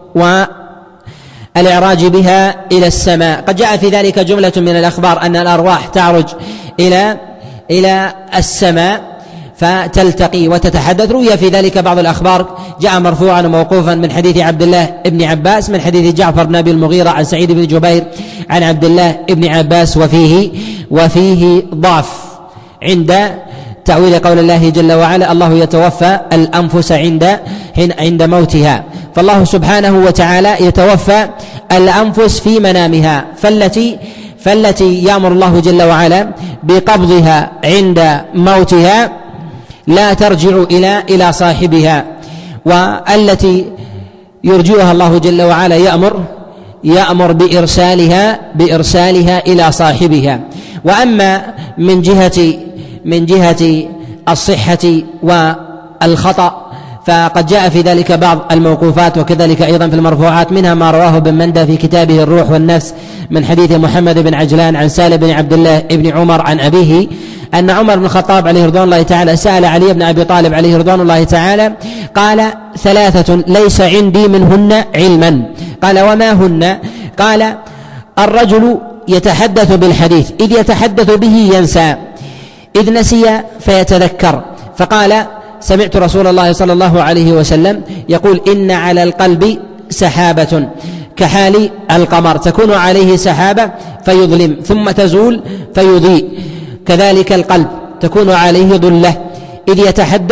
والإعراج بها إلى السماء. قد جاء في ذلك جملة من الأخبار أن الأرواح تعرج إلى إلى السماء فتلتقي وتتحدث. روي في ذلك بعض الأخبار جاء مرفوعا وموقوفا من حديث عبد الله بن عباس، من حديث جعفر بن أبي المغيرة عن سعيد بن جبير عن عبد الله بن عباس، وفيه وفيه ضعف عند تأويل قول الله جل وعلا: الله يتوفى الأنفس عند عند موتها. فالله سبحانه وتعالى يتوفى الأنفس في منامها، فالتي فالتي يأمر الله جل وعلا بقبضها عند موتها لا ترجع إلى إلى صاحبها، والتي يرجئها الله جل وعلا يأمر يأمر بإرسالها بإرسالها إلى صاحبها. وأما من جهة من جهة الصحة والخطأ فقد جاء في ذلك بعض الموقوفات، وكذلك أيضا في المرفوعات، منها ما رواه ابن مندى في كتابه الروح والنفس من حديث محمد بن عجلان عن سالم بن عبد الله بن عمر عن أبيه أن عمر بن الخطاب عليه رضوان الله تعالى سأل علي بن أبي طالب عليه رضوان الله تعالى قال: ثلاثة ليس عندي منهن علما. قال: وما هن؟ قال: الرجل يتحدث بالحديث إذ يتحدث به ينسى، إذ نسي فيتذكر. فقال: سمعت رسول الله صلى الله عليه وسلم يقول: إن على القلب سحابة كحال القمر، تكون عليه سحابة فيظلم ثم تزول فيضيء، كذلك القلب تكون عليه ظلة إذ يتحدث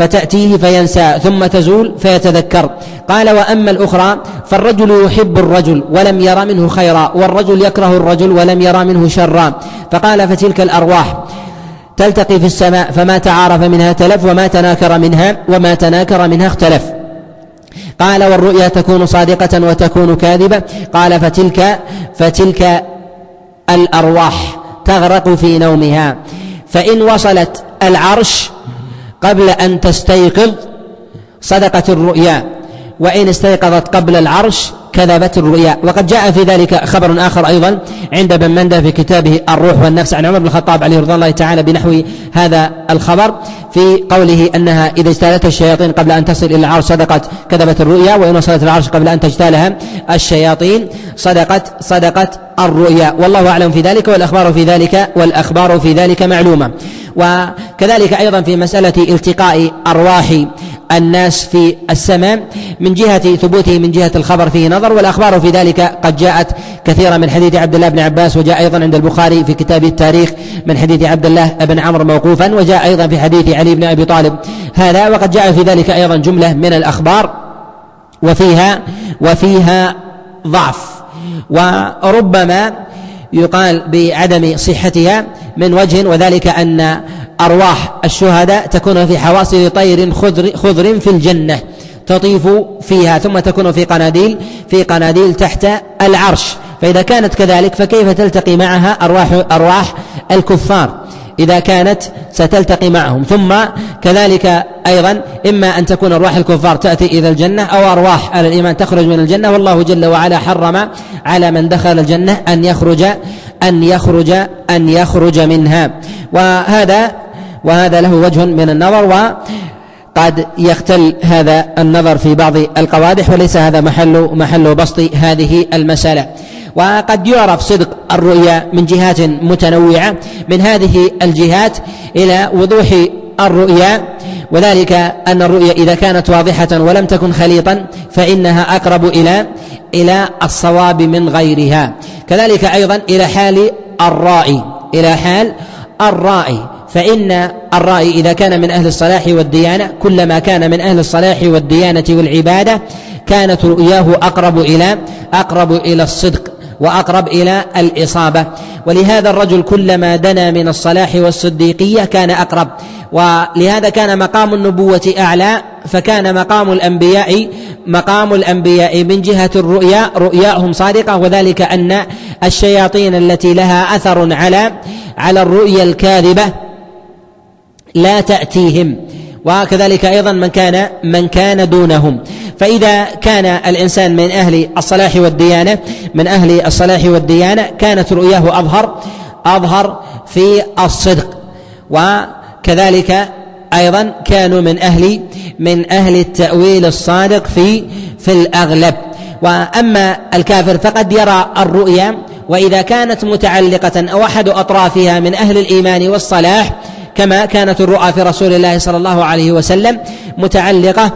فتأتيه فينسى ثم تزول فيتذكر. قال: وأما الأخرى فالرجل يحب الرجل ولم ير منه خيرا، والرجل يكره الرجل ولم ير منه شرا. فقال: فتلك الأرواح تلتقي في السماء، فما تعارف منها تلف، وما تناكر منها وما تناكر منها اختلف. قال: والرؤيا تكون صادقة وتكون كاذبة. قال: فتلك فتلك الأرواح تغرق في نومها، فإن وصلت العرش قبل أن تستيقظ صدقت الرؤيا، وإن استيقظت قبل العرش كذبت الرؤيا. وقد جاء في ذلك خبر آخر أيضا عند ابن مندى في كتابه الروح والنفس عن عمر بن الخطاب عليه رضوان الله تعالى بنحو هذا الخبر، في قوله أنها إذا اجتالتها الشياطين قبل أن تصل إلى العرش صدقت كذبت الرؤيا، وإن وصلت العرش قبل أن تجتالها الشياطين صدقت صدقت الرؤيا. والله أعلم في ذلك، والأخبار في ذلك والأخبار في ذلك معلومة. وكذلك أيضا في مسألة التقاء أرواح الناس في السماء من جهة ثبوته من جهة الخبر فيه نظر، والأخبار في ذلك قد جاءت كثيرا من حديث عبد الله بن عباس، وجاء أيضا عند البخاري في كتاب التاريخ من حديث عبد الله بن عمرو موقوفا، وجاء أيضا في حديث علي بن أبي طالب هذا. وقد جاء في ذلك أيضا جملة من الأخبار وفيها وفيها ضعف، وربما يقال بعدم صحتها من وجه، وذلك أن أرواح الشهداء تكون في حواصل طير خضر, خضر في الجنة تطيف فيها، ثم تكون في قناديل في قناديل تحت العرش. فإذا كانت كذلك فكيف تلتقي معها أرواح أرواح الكفار إذا كانت ستلتقي معهم؟ ثم كذلك أيضا إما أن تكون أرواح الكفار تأتي إلى الجنة، أو أرواح على الإيمان تخرج من الجنة، والله جل وعلا حرم على من دخل الجنة أن يخرج أن يخرج أن يخرج منها. وهذا وهذا له وجه من النظر، وقد يختل هذا النظر في بعض القوادح، وليس هذا محل محل بسط هذه المسألة. وقد يعرف صدق الرؤيا من جهات متنوعة، من هذه الجهات إلى وضوح الرؤيا، وذلك أن الرؤيا إذا كانت واضحة ولم تكن خليطا فإنها أقرب إلى إلى الصواب من غيرها. كذلك أيضا إلى حال الرائي إلى حال الرائي فإن الرائي إذا كان من أهل الصلاح والديانة، كلما كان من أهل الصلاح والديانة والعبادة كانت رؤياه أقرب إلى أقرب إلى الصدق وأقرب إلى الإصابة. ولهذا الرجل كلما دنا من الصلاح والصديقية كان أقرب، ولهذا كان مقام النبوة أعلى، فكان مقام الأنبياء مقام الأنبياء من جهة الرؤيا رؤياهم صادقة، وذلك أن الشياطين التي لها أثر على على الرؤيا الكاذبة لا تأتيهم، وكذلك أيضا من كان من كان دونهم. فإذا كان الإنسان من أهل الصلاح والديانة من أهل الصلاح والديانة كانت رؤياه أظهر أظهر في الصدق، وكذلك أيضا كانوا من أهل من أهل التأويل الصادق في في الأغلب. وأما الكافر فقد يرى الرؤيا، وإذا كانت متعلقة أو أحد أطرافها من أهل الإيمان والصلاح، كما كانت الرؤى في رسول الله صلى الله عليه وسلم متعلقة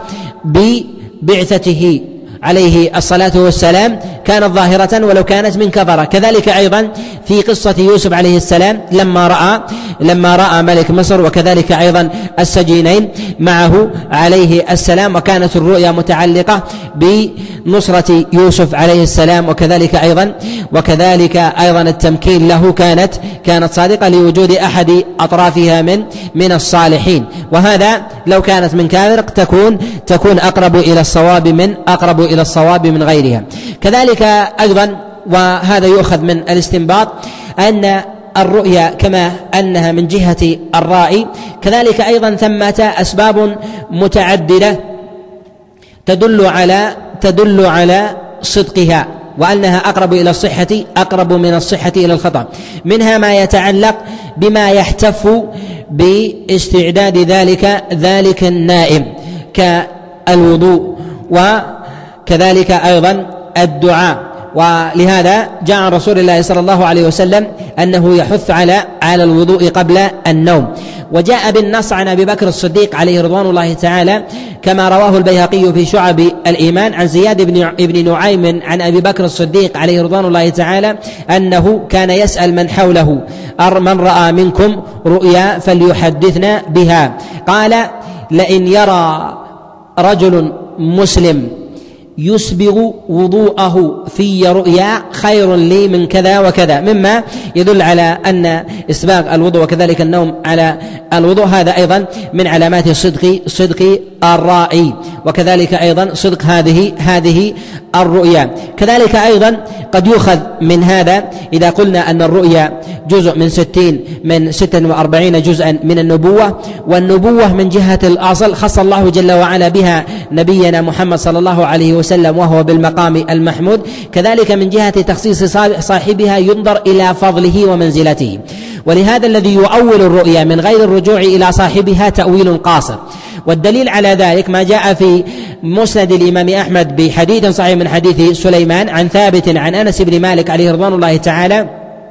ببعثته عليه الصلاة والسلام، كانت ظاهرة ولو كانت من كفرة. كذلك أيضا في قصة يوسف عليه السلام لما رأى لما رأى ملك مصر، وكذلك أيضا السجينين معه عليه السلام، وكانت الرؤيا متعلقة بنصرة يوسف عليه السلام، وكذلك أيضا وكذلك أيضا التمكين له كانت كانت صادقة لوجود أحد أطرافها من من الصالحين. وهذا لو كانت من كافر تكون تكون أقرب إلى الصواب من أقرب إلى الصواب من غيرها. كذلك أيضا وهذا يؤخذ من الاستنباط أن الرؤيا كما أنها من جهة الرائي، كذلك أيضا ثمة أسباب متعددة تدل على تدل على صدقها، وأنها أقرب إلى الصحة أقرب من الصحة إلى الخطأ. منها ما يتعلق بما يحتف باستعداد ذلك ذلك النائم كالوضوء، وكذلك أيضا الدعاء. ولهذا جاء عن رسول الله صلى الله عليه وسلم أنه يحث على على الوضوء قبل النوم. وجاء بالنص عن أبي بكر الصديق عليه رضوان الله تعالى كما رواه البيهقي في شعب الإيمان عن زياد بن بن نعيم عن أبي بكر الصديق عليه رضوان الله تعالى أنه كان يسأل من حوله: من رأى منكم رؤيا فليحدثنا بها. قال: لئن يرى رجل مسلم يسبغ وضوءه في رؤيا خير لي من كذا وكذا، مما يدل على أن إسباغ الوضوء وكذلك النوم على الوضوء هذا أيضا من علامات صدق صدق الرائي، وكذلك أيضا صدق هذه هذه الرؤيا. كذلك أيضا قد يؤخذ من هذا إذا قلنا أن الرؤيا جزء من ستين من ستة وأربعين جزءا من النبوة، والنبوة من جهة الأصل خص الله جل وعلا بها نبينا محمد صلى الله عليه وسلم وهو بالمقام المحمود، كذلك من جهة تخصيص صاحبها ينظر إلى فضله ومنزلته. ولهذا الذي يؤول الرؤيا من غير الرجوع إلى صاحبها تأويل قاصر، والدليل على ذلك ما جاء في مسند الإمام أحمد بحديث صحيح من حديث سليمان عن ثابت عن أنس بن مالك عليه رضوان الله تعالى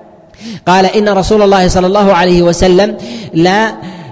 قال إن رسول الله صلى الله عليه وسلم لا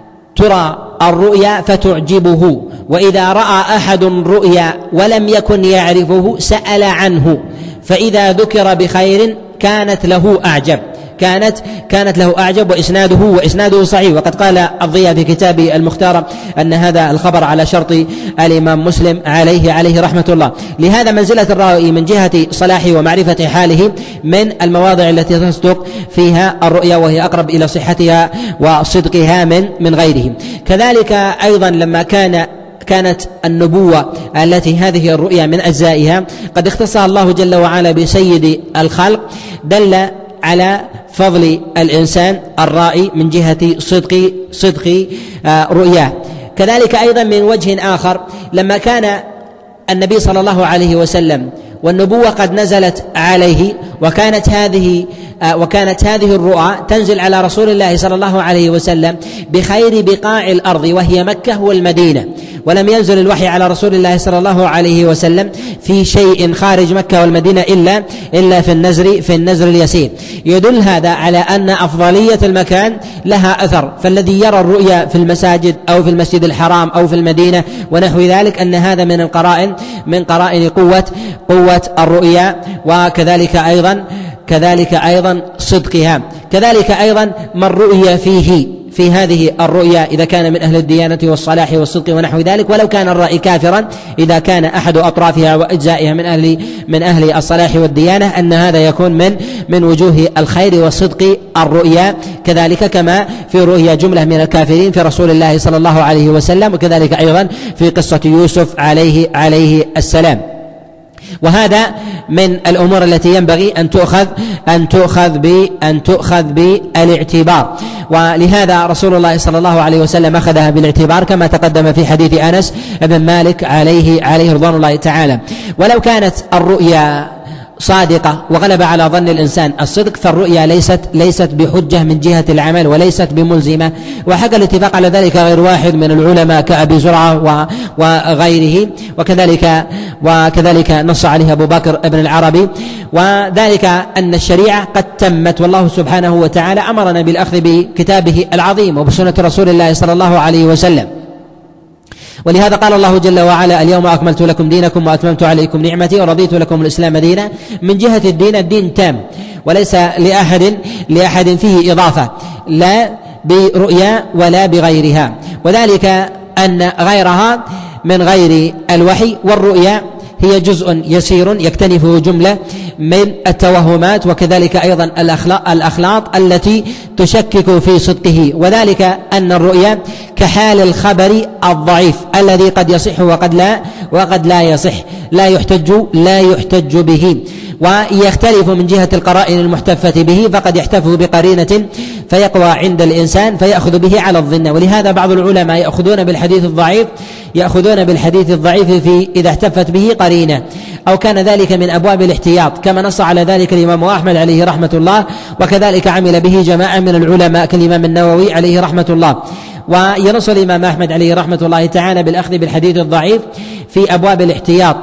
ترى الرؤيا فتعجبه، وإذا رأى أحد رؤيا ولم يكن يعرفه سأل عنه، فإذا ذكر بخير كانت له أعجب كانت كانت له أعجب وإسناده وإسناده صحيح. وقد قال الضياء في كتابه المختار أن هذا الخبر على شرط الإمام مسلم عليه عليه رحمة الله. لهذا منزلة الراوي من جهة صلاحه ومعرفة حاله من المواضع التي تصدق فيها الرؤيا، وهي أقرب إلى صحتها وصدقها من من غيره. كذلك أيضا لما كان كانت النبوة التي هذه الرؤيا من أجزائها قد اختصها الله جل وعلا بسيد الخلق، دل على فضل الإنسان الرائي من جهة صدق صدق رؤياه. كذلك أيضا من وجه آخر لما كان النبي صلى الله عليه وسلم والنبوة قد نزلت عليه، وكانت هذه وكانت هذه الرؤى تنزل على رسول الله صلى الله عليه وسلم بخير بقاع الأرض وهي مكة والمدينة، ولم ينزل الوحي على رسول الله صلى الله عليه وسلم في شيء خارج مكة والمدينة إلا إلا في النزر في النزر اليسير. يدل هذا على أن أفضلية المكان لها أثر، فالذي يرى الرؤيا في المساجد أو في المسجد الحرام أو في المدينة ونحو ذلك أن هذا من القرائن من قرائن قوة قوة الرؤيا، وكذلك أيضا كذلك أيضا صدقها. كذلك أيضا من رؤي فيه في هذه الرؤيا إذا كان من أهل الديانة والصلاح والصدق ونحو ذلك، ولو كان الرأي كافرا إذا كان أحد أطرافها وأجزائها من أهل من أهل الصلاح والديانة أن هذا يكون من من وجوه الخير وصدق الرؤيا. كذلك كما في رؤيا جملة من الكافرين في رسول الله صلى الله عليه وسلم، وكذلك أيضا في قصة يوسف عليه عليه السلام. وهذا من الأمور التي ينبغي أن تؤخذ أن تؤخذ بأن تؤخذ بالاعتبار، ولهذا رسول الله صلى الله عليه وسلم أخذها بالاعتبار كما تقدم في حديث أنس بن مالك عليه عليه رضوان الله تعالى. ولو كانت الرؤيا صادقة وغلب على ظن الإنسان الصدق فالرؤيا ليست ليست بحجة من جهة العمل وليست بملزمة، وحكى الاتفاق على ذلك غير واحد من العلماء كأبي زرعة وغيره، وكذلك وكذلك نص عليه أبو بكر ابن العربي. وذلك أن الشريعة قد تمت، والله سبحانه وتعالى أمرنا بالأخذ بكتابه العظيم وبسنة رسول الله صلى الله عليه وسلم. ولهذا قال الله جل وعلا اليوم أكملت لكم دينكم وأتممت عليكم نعمتي ورضيت لكم الإسلام دينا. من جهة الدين الدين تام، وليس لأحد لأحد فيه إضافة لا برؤيا ولا بغيرها، وذلك أن غيرها من غير الوحي، والرؤيا هي جزء يسير يكتنفه جملة من التوهمات، وكذلك أيضا الأخلاط التي تشكك في صدقه. وذلك أن الرؤيا كحال الخبر الضعيف الذي قد يصح وقد لا وقد لا يصح، لا يحتج لا يحتج به، ويختلف من جهة القرائن المحتفة به، فقد يحتف بقرينة فيقوى عند الإنسان فيأخذ به على الظن. ولهذا بعض العلماء يأخذون بالحديث الضعيف يأخذون بالحديث الضعيف في إذا احتفت به قرينة أو كان ذلك من أبواب الاحتياط، كما نص على ذلك الإمام أحمد عليه رحمة الله، وكذلك عمل به جماعة من العلماء كالإمام النووي عليه رحمة الله. وينص الإمام أحمد عليه رحمة الله تعالى بالأخذ بالحديث الضعيف في أبواب الاحتياط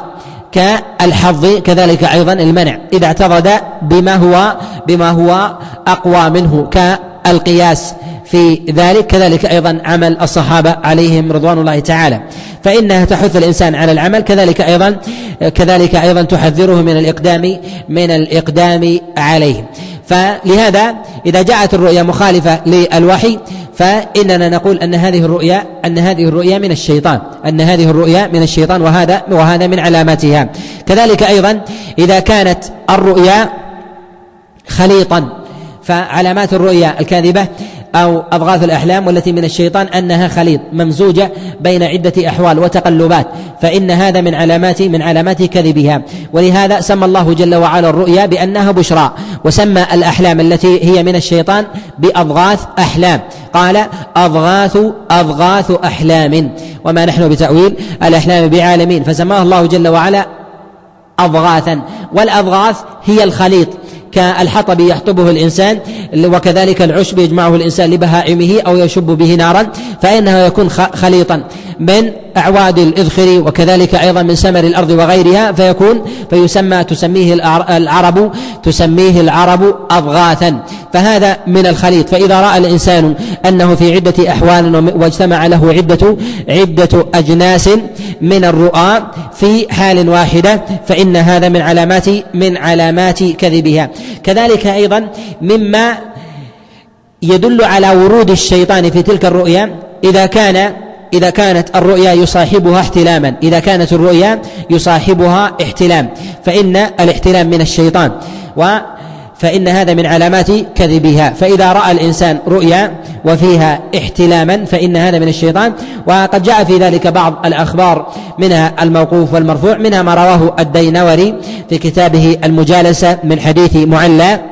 كالحظ، كذلك أيضا المنع إذا اعتضد بما هو بما هو أقوى منه كالقياس في ذلك، كذلك أيضا عمل الصحابة عليهم رضوان الله تعالى، فإنها تحث الإنسان على العمل، كذلك أيضا كذلك أيضا تحذره من الإقدام من الإقدام عليه. فلهذا إذا جاءت الرؤيا مخالفة للوحي فإننا نقول أن هذه الرؤيا أن هذه الرؤيا من الشيطان أن هذه الرؤيا من الشيطان وهذا وهذا من علاماتها. كذلك أيضا إذا كانت الرؤيا خليطا، فعلامات الرؤيا الكاذبة أو أضغاث الأحلام والتي من الشيطان أنها خليط ممزوجة بين عدة أحوال وتقلبات، فإن هذا من علامات من علامات كذبها. ولهذا سمى الله جل وعلا الرؤيا بأنها بشرى، وسمى الأحلام التي هي من الشيطان بأضغاث أحلام، قال أضغاث أضغاث أحلام وما نحن بتأويل الأحلام بعالمين، فسماه الله جل وعلا أضغاثا. والأضغاث هي الخليط كالحطب يحطبه الإنسان، وكذلك العشب يجمعه الإنسان لبهائمه أو يشب به نارا، فإنه يكون خليطا من أعواد الإذخر وكذلك أيضا من سمر الأرض وغيرها، فيكون فيسمى تسميه العرب تسميه العرب أضغاثا، فهذا من الخليط. فإذا رأى الإنسان أنه في عدة أحوال واجتمع له عدة عدة أجناس من الرؤى في حال واحدة، فإن هذا من علامات من علامات كذبها. كذلك أيضا مما يدل على ورود الشيطان في تلك الرؤيا إذا كان إذا كانت الرؤيا يصاحبها احتلاما إذا كانت الرؤيا يصاحبها احتلام فإن الاحتلام من الشيطان، فإن هذا من علامات كذبها. فإذا رأى الإنسان رؤيا وفيها احتلاما فإن هذا من الشيطان. وقد جاء في ذلك بعض الأخبار منها الموقوف والمرفوع، منها ما رواه الدينوري في كتابه المجالسة من حديث معلى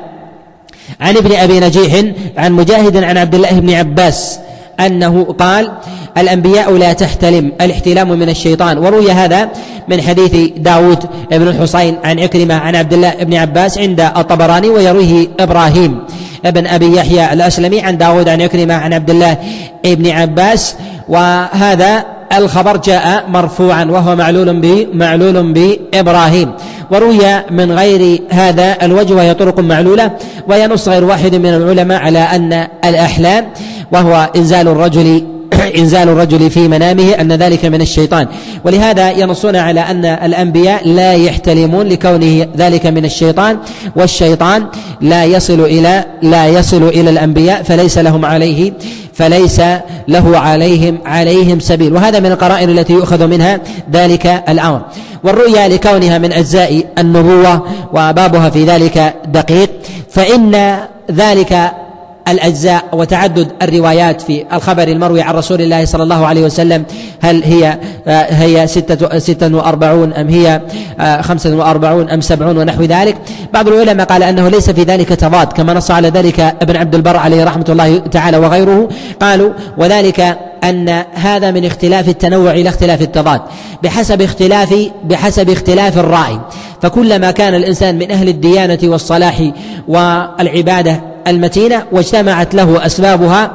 عن ابن أبي نجيح عن مجاهد عن عبد الله بن عباس أنه قال الأنبياء لا تحتلم، الاحتلام من الشيطان. وروي هذا من حديث داود بن الحصين عن عكرمة عن عبد الله بن عباس عند الطبراني، ويرويه إبراهيم ابن أبي يحيى الأسلمي عن داود عن عكرمة عن عبد الله بن عباس. وهذا الخبر جاء مرفوعا وهو معلول به معلول بإبراهيم. وروي من غير هذا الوجه وهي طرق معلولة، وينص غير واحد من العلماء على أن الأحلام وهو إنزال الرجل إنزال الرجل في منامه أن ذلك من الشيطان. ولهذا ينصون على أن الأنبياء لا يحتلمون لكونه ذلك من الشيطان، والشيطان لا يصل إلى لا يصل إلى الأنبياء فليس لهم عليه فليس له عليهم عليهم سبيل. وهذا من القرائن التي يؤخذ منها ذلك الأمر. والرؤيا لكونها من أجزاء النبوة وبابها في ذلك دقيق، فإن ذلك الأجزاء وتعدد الروايات في الخبر المروي عن رسول الله صلى الله عليه وسلم، هل هي هي ستة ستة وأربعون أم هي خمسة وأربعون أم سبعون ونحو ذلك. بعض العلماء قال أنه ليس في ذلك تضاد، كما نص على ذلك ابن عبد البر عليه رحمة الله تعالى وغيره. قالوا وذلك أن هذا من اختلاف التنوع إلى اختلاف التضاد بحسب اختلاف بحسب اختلاف الرأي. فكلما كان الإنسان من أهل الديانة والصلاح والعبادة المتينة واجتمعت له أسبابها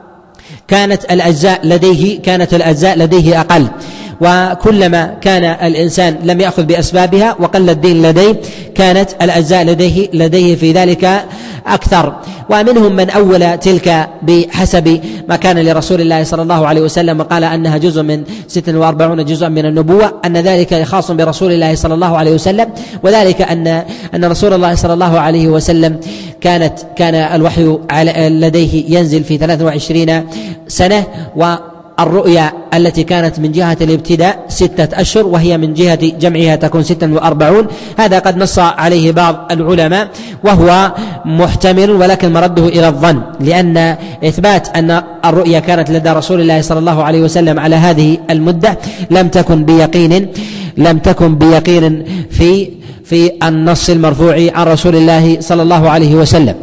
كانت الأجزاء لديه كانت الأجزاء لديه أقل، وكلما كان الإنسان لم يأخذ بأسبابها وقل الدين لديه كانت الأجزاء لديه لديه في ذلك أكثر. ومنهم من أول تلك بحسب ما كان لرسول الله صلى الله عليه وسلم وقال أنها جزء من ستة وأربعين جزءا من النبوة، أن ذلك خاص برسول الله صلى الله عليه وسلم، وذلك أن أن رسول الله صلى الله عليه وسلم كانت كان الوحي لديه ينزل في ثلاث وعشرين سنة، و الرؤيا التي كانت من جهة الابتداء ستة أشهر وهي من جهة جمعها تكون ستة وأربعون. هذا قد نص عليه بعض العلماء وهو محتمل، ولكن مرده إلى الظن، لأن إثبات أن الرؤيا كانت لدى رسول الله صلى الله عليه وسلم على هذه المدة لم تكن بيقين لم تكن بيقين في في النص المرفوع عن رسول الله صلى الله عليه وسلم.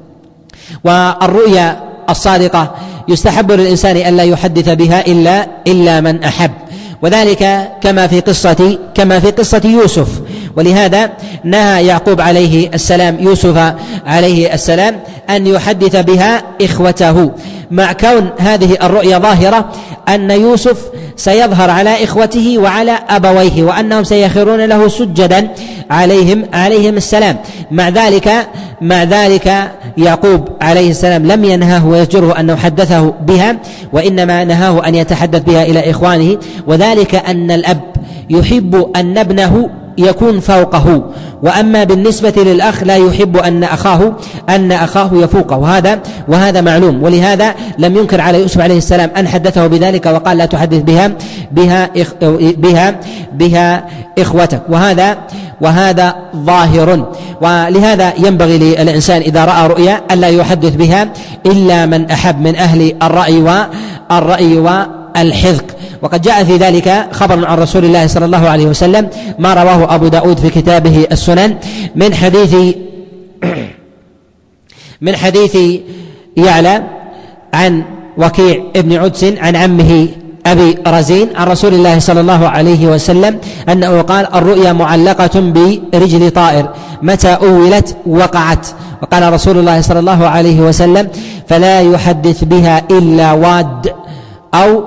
والرؤيا الصادقة يستحب للإنسان أن لا يحدث بها إلا إلا من أحب، وذلك كما في قصة كما في قصة يوسف. ولهذا نهى يعقوب عليه السلام يوسف عليه السلام أن يحدث بها إخوته، مع كون هذه الرؤيا ظاهرة أن يوسف سيظهر على إخوته وعلى أبويه وأنهم سيخرون له سجدا عليهم عليهم السلام. مع ذلك مع ذلك يعقوب عليه السلام لم ينهاه ويزجره أنه حدثه بها، وإنما نهاه أن يتحدث بها إلى إخوانه، وذلك أن الأب يحب أن ابنه يكون فوقه، وأما بالنسبة للأخ لا يحب أن أخاه أن أخاه يفوقه، وهذا وهذا معلوم. ولهذا لم ينكر على يوسف عليه السلام أن حدثه بذلك وقال لا تحدث بها بها بها بها إخوتك، وهذا وهذا ظاهر. ولهذا ينبغي للإنسان إذا رأى رؤيا ألا يحدث بها إلا من أحب من أهل الرأي والرأي والحذق. وقد جاء في ذلك خبر عن رسول الله صلى الله عليه وسلم ما رواه أبو داود في كتابه السنن من حديث من حديث يعلى عن وكيع ابن عدس عن عمه أبي رزين عن رسول الله صلى الله عليه وسلم أنه قال الرؤيا معلقة برجل طائر متى أولت وقعت. وقال رسول الله صلى الله عليه وسلم فلا يحدث بها إلا واد أو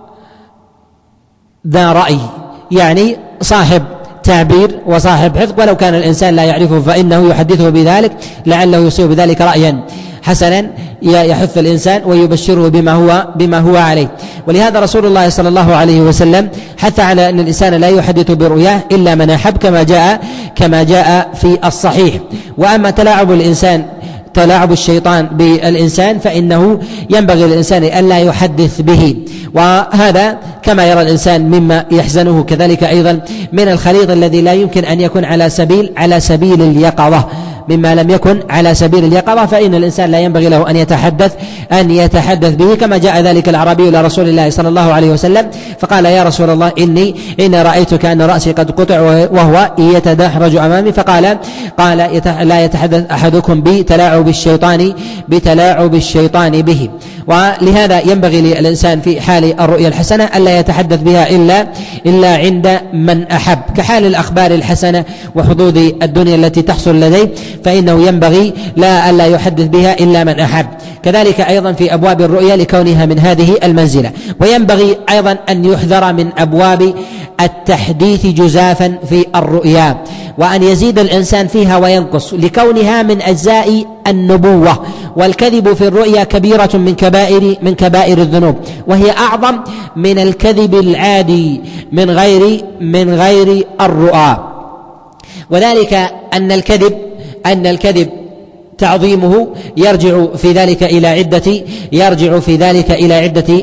ذا رأي، يعني صاحب تعبير وصاحب حذق، ولو كان الإنسان لا يعرفه فإنه يحدثه بذلك لعله يصيب بذلك رأيا حسنا يحث الإنسان ويبشره بما هو بما هو عليه. ولهذا رسول الله صلى الله عليه وسلم حث على أن الإنسان لا يحدث برؤياه إلا من أحب كما جاء كما جاء في الصحيح. وأما تلاعب الإنسان تلاعب الشيطان بالإنسان فإنه ينبغي للإنسان أن لا يحدث به، وهذا كما يرى الإنسان مما يحزنه كذلك أيضا من الخليط الذي لا يمكن أن يكون على سبيل على سبيل اليقظة، مما لم يكن على سبيل اليقظة فإن الإنسان لا ينبغي له أن يتحدث أن يتحدث به. كما جاء ذلك الأعرابي إلى رسول الله صلى الله عليه وسلم فقال يا رسول الله إني إن رأيت كأن رأسي قد قطع وهو يتدحرج أمامي، فقال قال لا يتحدث أحدكم بتلاعب الشيطان بتلاعب الشيطان به. ولهذا ينبغي للإنسان في حال الرؤيا الحسنة ألا يتحدث بها إلا إلا عند من أحب، كحال الأخبار الحسنة وحظوظ الدنيا التي تحصل لديه فإنه ينبغي لا ألا يحدث بها إلا من أحب. كذلك أيضا في أبواب الرؤيا لكونها من هذه المنزلة. وينبغي أيضا أن يحذر من أبواب التحديث جزافا في الرؤيا، وأن يزيد الإنسان فيها وينقص لكونها من أجزاء النبوة. والكذب في الرؤيا كبيرة من كبائر من كبائر الذنوب، وهي أعظم من الكذب العادي من غير من غير الرؤى. وذلك أن الكذب أن الكذب تعظيمه يرجع في ذلك إلى عدة يرجع في ذلك إلى عدة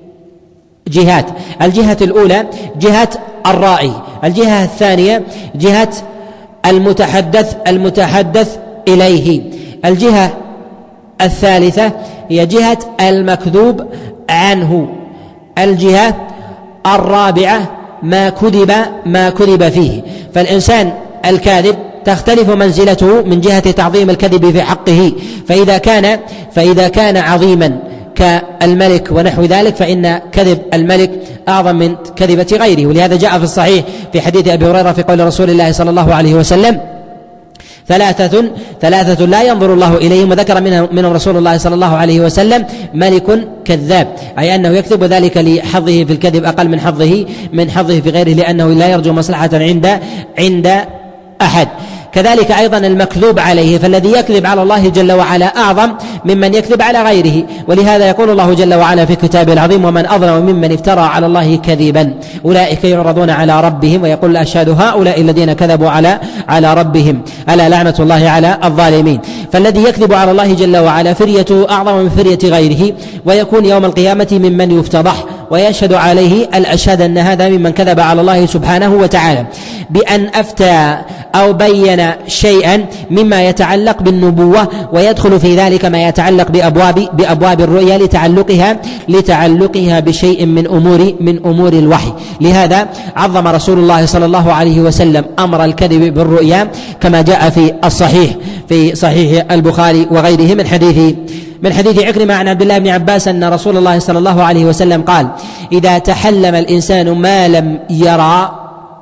جهات. الجهة الأولى جهة الرائي، الجهة الثانية جهة المتحدث المتحدث إليه، الجهة الثالثة هي جهة المكذوب عنه، الجهة الرابعة ما كذب ما كذب فيه. فالإنسان الكاذب تختلف منزلته من جهة تعظيم الكذب في حقه، فإذا كان فإذا كان عظيما كالملك ونحو ذلك فإن كذب الملك أعظم من كذبة غيره. ولهذا جاء في الصحيح في حديث أبي هريرة في قول رسول الله صلى الله عليه وسلم ثلاثة ثلاثة لا ينظر الله إليهم، وذكر منهم منهم رسول الله صلى الله عليه وسلم ملك كذاب، أي أنه يكذب ذلك لحظه في الكذب أقل من حظه من حظه في غيره، لأنه لا يرجو مصلحة عند عند أحد. كذلك أيضا المكذوب عليه، فالذي يكذب على الله جل وعلا أعظم ممن يكذب على غيره. ولهذا يقول الله جل وعلا في كتابه العظيم ومن أظلم ممن افترى على الله كذبا أولئك يعرضون على ربهم ويقول الأشهاد هؤلاء الذين كذبوا على على ربهم ألا لعنة الله على الظالمين. فالذي يكذب على الله جل وعلا فريته أعظم من فرية غيره، ويكون يوم القيامة ممن يفتضح ويشهد عليه الأشهاد أن هذا ممن كذب على الله سبحانه وتعالى بأن أفتى أو بين شيئا مما يتعلق بالنبوة، ويدخل في ذلك ما يتعلق بأبواب بأبواب الرؤيا لتعلقها لتعلقها بشيء من أمور من أمور الوحي. لهذا عظم رسول الله صلى الله عليه وسلم أمر الكذب بالرؤيا كما جاء في الصحيح في صحيح البخاري وغيره من حديث من حديث عكرمة عن عبد الله بن عباس أن رسول الله صلى الله عليه وسلم قال إذا تحلم الإنسان ما لم يرى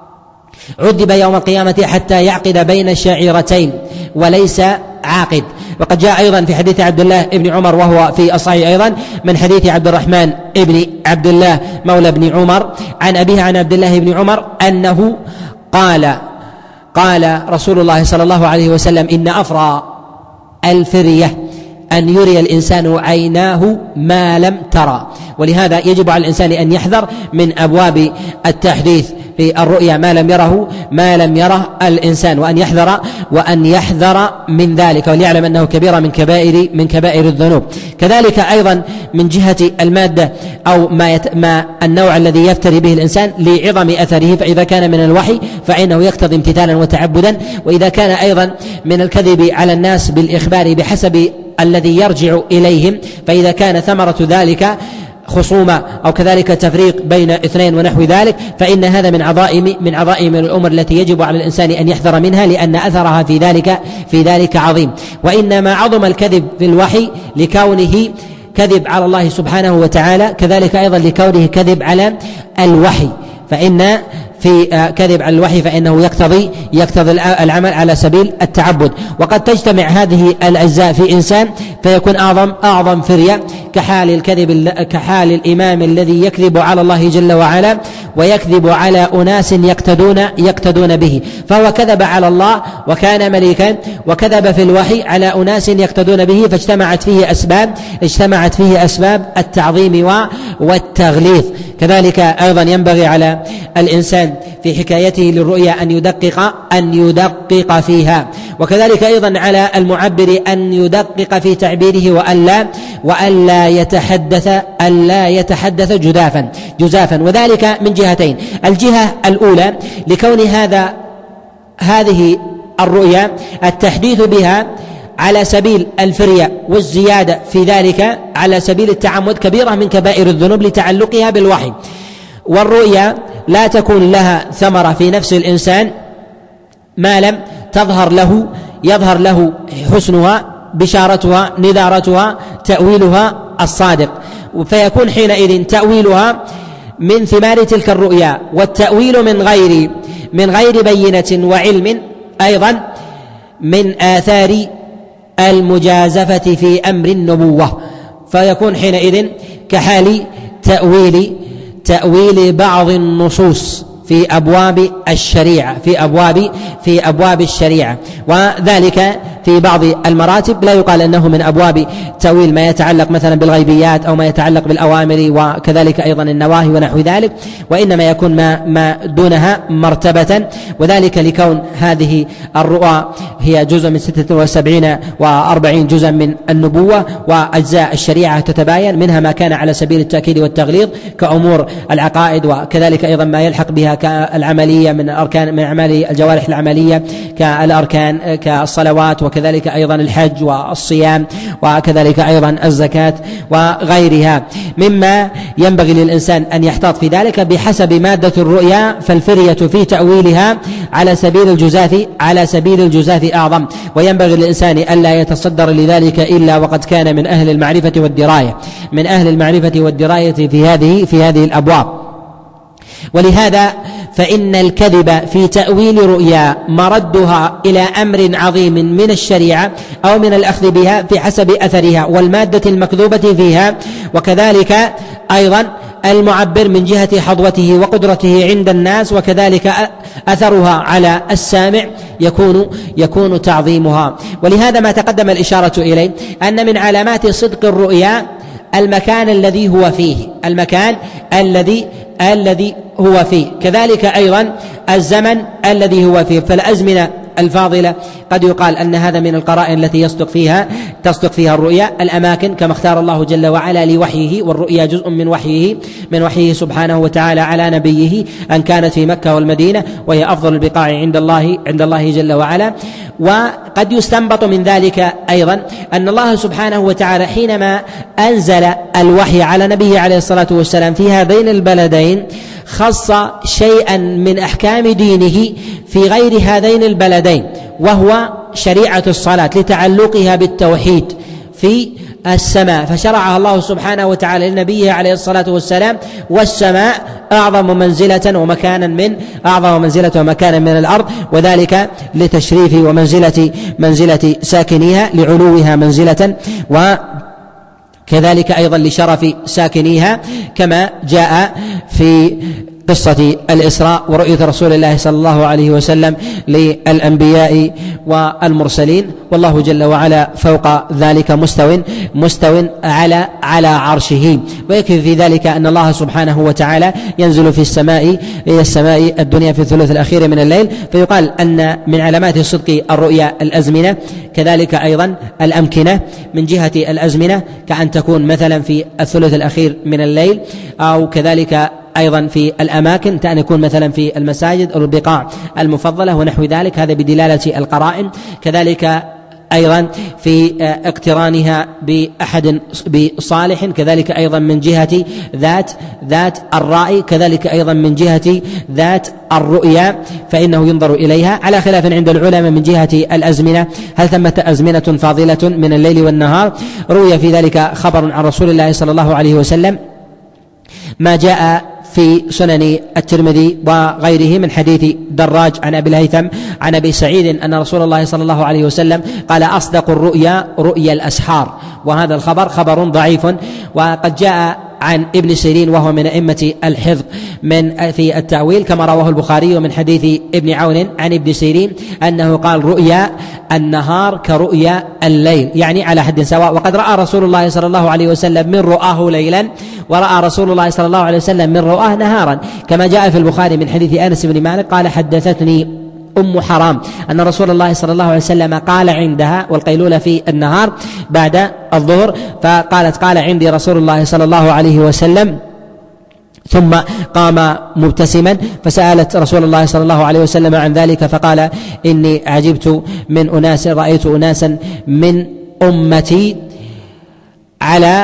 عذب يوم القيامة حتى يعقد بين الشعيرتين وليس عاقد. وقد جاء أيضا في حديث عبد الله بن عمر وهو في الصحيح أيضا من حديث عبد الرحمن بن عبد الله مولى بن عمر عن أبيه عن عبد الله بن عمر أنه قال قال رسول الله صلى الله عليه وسلم إن أفرى الفرية أن يري الإنسان عيناه ما لم ترى. ولهذا يجب على الإنسان أن يحذر من أبواب التحديث في الرؤيا ما لم يره ما لم يره الإنسان، وأن يحذر وأن يحذر من ذلك، وليعلم أنه كبيرة من كبائر من كبائر الذنوب. كذلك أيضا من جهة المادة أو ما, يت... ما النوع الذي يفتري به الإنسان لعظم أثره، فإذا كان من الوحي فإنه يقتضي امتثالا وتعبدا، وإذا كان أيضا من الكذب على الناس بالإخبار بحسب الذي يرجع إليهم، فإذا كان ثمرة ذلك خصومة أو كذلك تفريق بين اثنين ونحو ذلك، فإن هذا من عظائم من عظائم الأمور التي يجب على الإنسان أن يحذر منها، لأن أثرها في ذلك في ذلك عظيم. وإنما عظم الكذب في الوحي لكونه كذب على الله سبحانه وتعالى، كذلك أيضا لكونه كذب على الوحي، فإن في كذب على الوحي فإنه يقتضي يقتضي العمل على سبيل التعبد. وقد تجتمع هذه الأجزاء في إنسان فيكون أعظم أعظم فرية، كحال الكذب كحال الإمام الذي يكذب على الله جل وعلا ويكذب على أناس يقتدون يقتدون به، فهو كذب على الله وكان ملكا، وكذب في الوحي على أناس يقتدون به، فاجتمعت فيه أسباب اجتمعت فيه أسباب التعظيم والتغليظ. كذلك أيضا ينبغي على الإنسان في حكايته للرؤيا أن يدقق أن يدقق فيها، وكذلك أيضا على المعبر أن يدقق في تعبيره وألا وألا يتحدث ألا يتحدث جدافا جزافا وذلك من جهتين. الجهة الأولى لكون هذا هذه الرؤيا التحديث بها على سبيل الفرية والزيادة في ذلك على سبيل التعمد كبيرة من كبائر الذنوب لتعلقها بالوحي، والرؤيا لا تكون لها ثمرة في نفس الإنسان ما لم تظهر له يظهر له حسنها، بشارتها، نذارتها، تأويلها الصادق، فيكون حينئذ تأويلها من ثمار تلك الرؤيا، والتأويل من غير من غير بينة وعلم أيضا من آثار المجازفة في أمر النبوة، فيكون حينئذ كحال تأويل تأويل بعض النصوص في أبواب الشريعة في أبواب في أبواب الشريعة وذلك في بعض المراتب لا يقال أنه من أبواب تأويل ما يتعلق مثلا بالغيبيات أو ما يتعلق بالأوامر وكذلك أيضا النواهي ونحو ذلك، وإنما يكون ما, ما دونها مرتبة، وذلك لكون هذه الرؤى هي جزء من ستة وسبعين وأربعين جزءا من النبوة، وأجزاء الشريعة تتباين، منها ما كان على سبيل التأكيد والتغليظ كأمور العقائد، وكذلك أيضا ما يلحق بها كالعملية من أركان من أعمال الجوارح العملية كالأركان كالصلوات، وكذلك أيضا الحج والصيام، وكذلك أيضا الزكاة وغيرها، مما ينبغي للإنسان أن يحتاط في ذلك بحسب مادة الرؤيا، فالفرية في تأويلها على سبيل الجزاف على سبيل الجزاف أعظم، وينبغي للإنسان ألا يتصدر لذلك إلا وقد كان من أهل المعرفة والدراية من أهل المعرفة والدراية في هذه في هذه الأبواب. ولهذا فإن الكذب في تأويل رؤيا مردها إلى أمر عظيم من الشريعة أو من الأخذ بها في حسب أثرها والمادة المكذوبة فيها، وكذلك أيضا المعبر من جهة حظوته وقدرته عند الناس، وكذلك أثرها على السامع يكون يكون تعظيمها. ولهذا ما تقدم الإشارة إليه أن من علامات صدق الرؤيا المكان الذي هو فيه المكان الذي الذي هو فيه كذلك أيضا الزمن الذي هو فيه، فالأزمنة الفاضلة قد يقال أن هذا من القرائن التي يصدق فيها تصدق فيها الرؤيا. الأماكن كما اختار الله جل وعلا لوحيه، والرؤيا جزء من وحيه من وحيه سبحانه وتعالى على نبيه، أن كانت في مكة والمدينة وهي أفضل البقاع عند الله عند الله جل وعلا. وقد يستنبط من ذلك أيضا أن الله سبحانه وتعالى حينما أنزل الوحي على نبيه عليه الصلاة والسلام في هذين البلدين خص شيئا من أحكام دينه في غير هذين البلدين، وهو شريعة الصلاة لتعلقها بالتوحيد في السماء، فشرعها الله سبحانه وتعالى لنبيه عليه الصلاة والسلام، والسماء أعظم منزلة ومكانا من أعظم منزلة ومكانا من الأرض، وذلك لتشريف ومنزلة منزلة ساكنيها لعلوها منزلة، و كذلك أيضا لشرف ساكنيها، كما جاء في قصة الإسراء ورؤية رسول الله صلى الله عليه وسلم للأنبياء والمرسلين، والله جل وعلا فوق ذلك مستو مستو على على عرشه. ويكفي في ذلك أن الله سبحانه وتعالى ينزل في السماء إلى السماء الدنيا في الثلث الأخير من الليل، فيقال أن من علامات صدق الرؤيا الأزمنة، كذلك أيضا الأمكنة من جهة الأزمنة، كأن تكون مثلا في الثلث الأخير من الليل، أو كذلك أيضا في الأماكن كأن يكون مثلا في المساجد أو البقاع المفضلة ونحو ذلك، هذا بدلالة القرائن. كذلك أيضا في اقترانها بأحد بصالح، كذلك أيضا من جهة ذات ذات الرأي، كذلك أيضا من جهة ذات الرؤيا فإنه ينظر إليها، على خلاف عند العلماء من جهة الأزمنة، هل ثمة أزمنة فاضلة من الليل والنهار؟ روي في ذلك خبر عن رسول الله صلى الله عليه وسلم ما جاء في سنن الترمذي وغيره من حديث دراج عن أبي الهيثم عن أبي سعيد أن رسول الله صلى الله عليه وسلم قال: أصدق الرؤيا رؤيا الأسحار. وهذا الخبر خبر ضعيف، وقد جاء عن ابن سيرين وهو من أئمة الحفظ من في التأويل كما رواه البخاري من حديث ابن عون عن ابن سيرين أنه قال: رؤيا النهار كرؤيا الليل، يعني على حد سواء. وقد رأى رسول الله صلى الله عليه وسلم من رؤاه ليلا، ورأى رسول الله صلى الله عليه وسلم من رؤاه نهارا، كما جاء في البخاري من حديث أنس بن مالك قال: حدثتني أم حرام أن رسول الله صلى الله عليه وسلم قال عندها، والقيلولة في النهار بعد الظهر، فقالت: قال عندي رسول الله صلى الله عليه وسلم، ثم قام مبتسما، فسألت رسول الله صلى الله عليه وسلم عن ذلك، فقال: إني عجبت من أناس، رأيت أناسا من أمتي على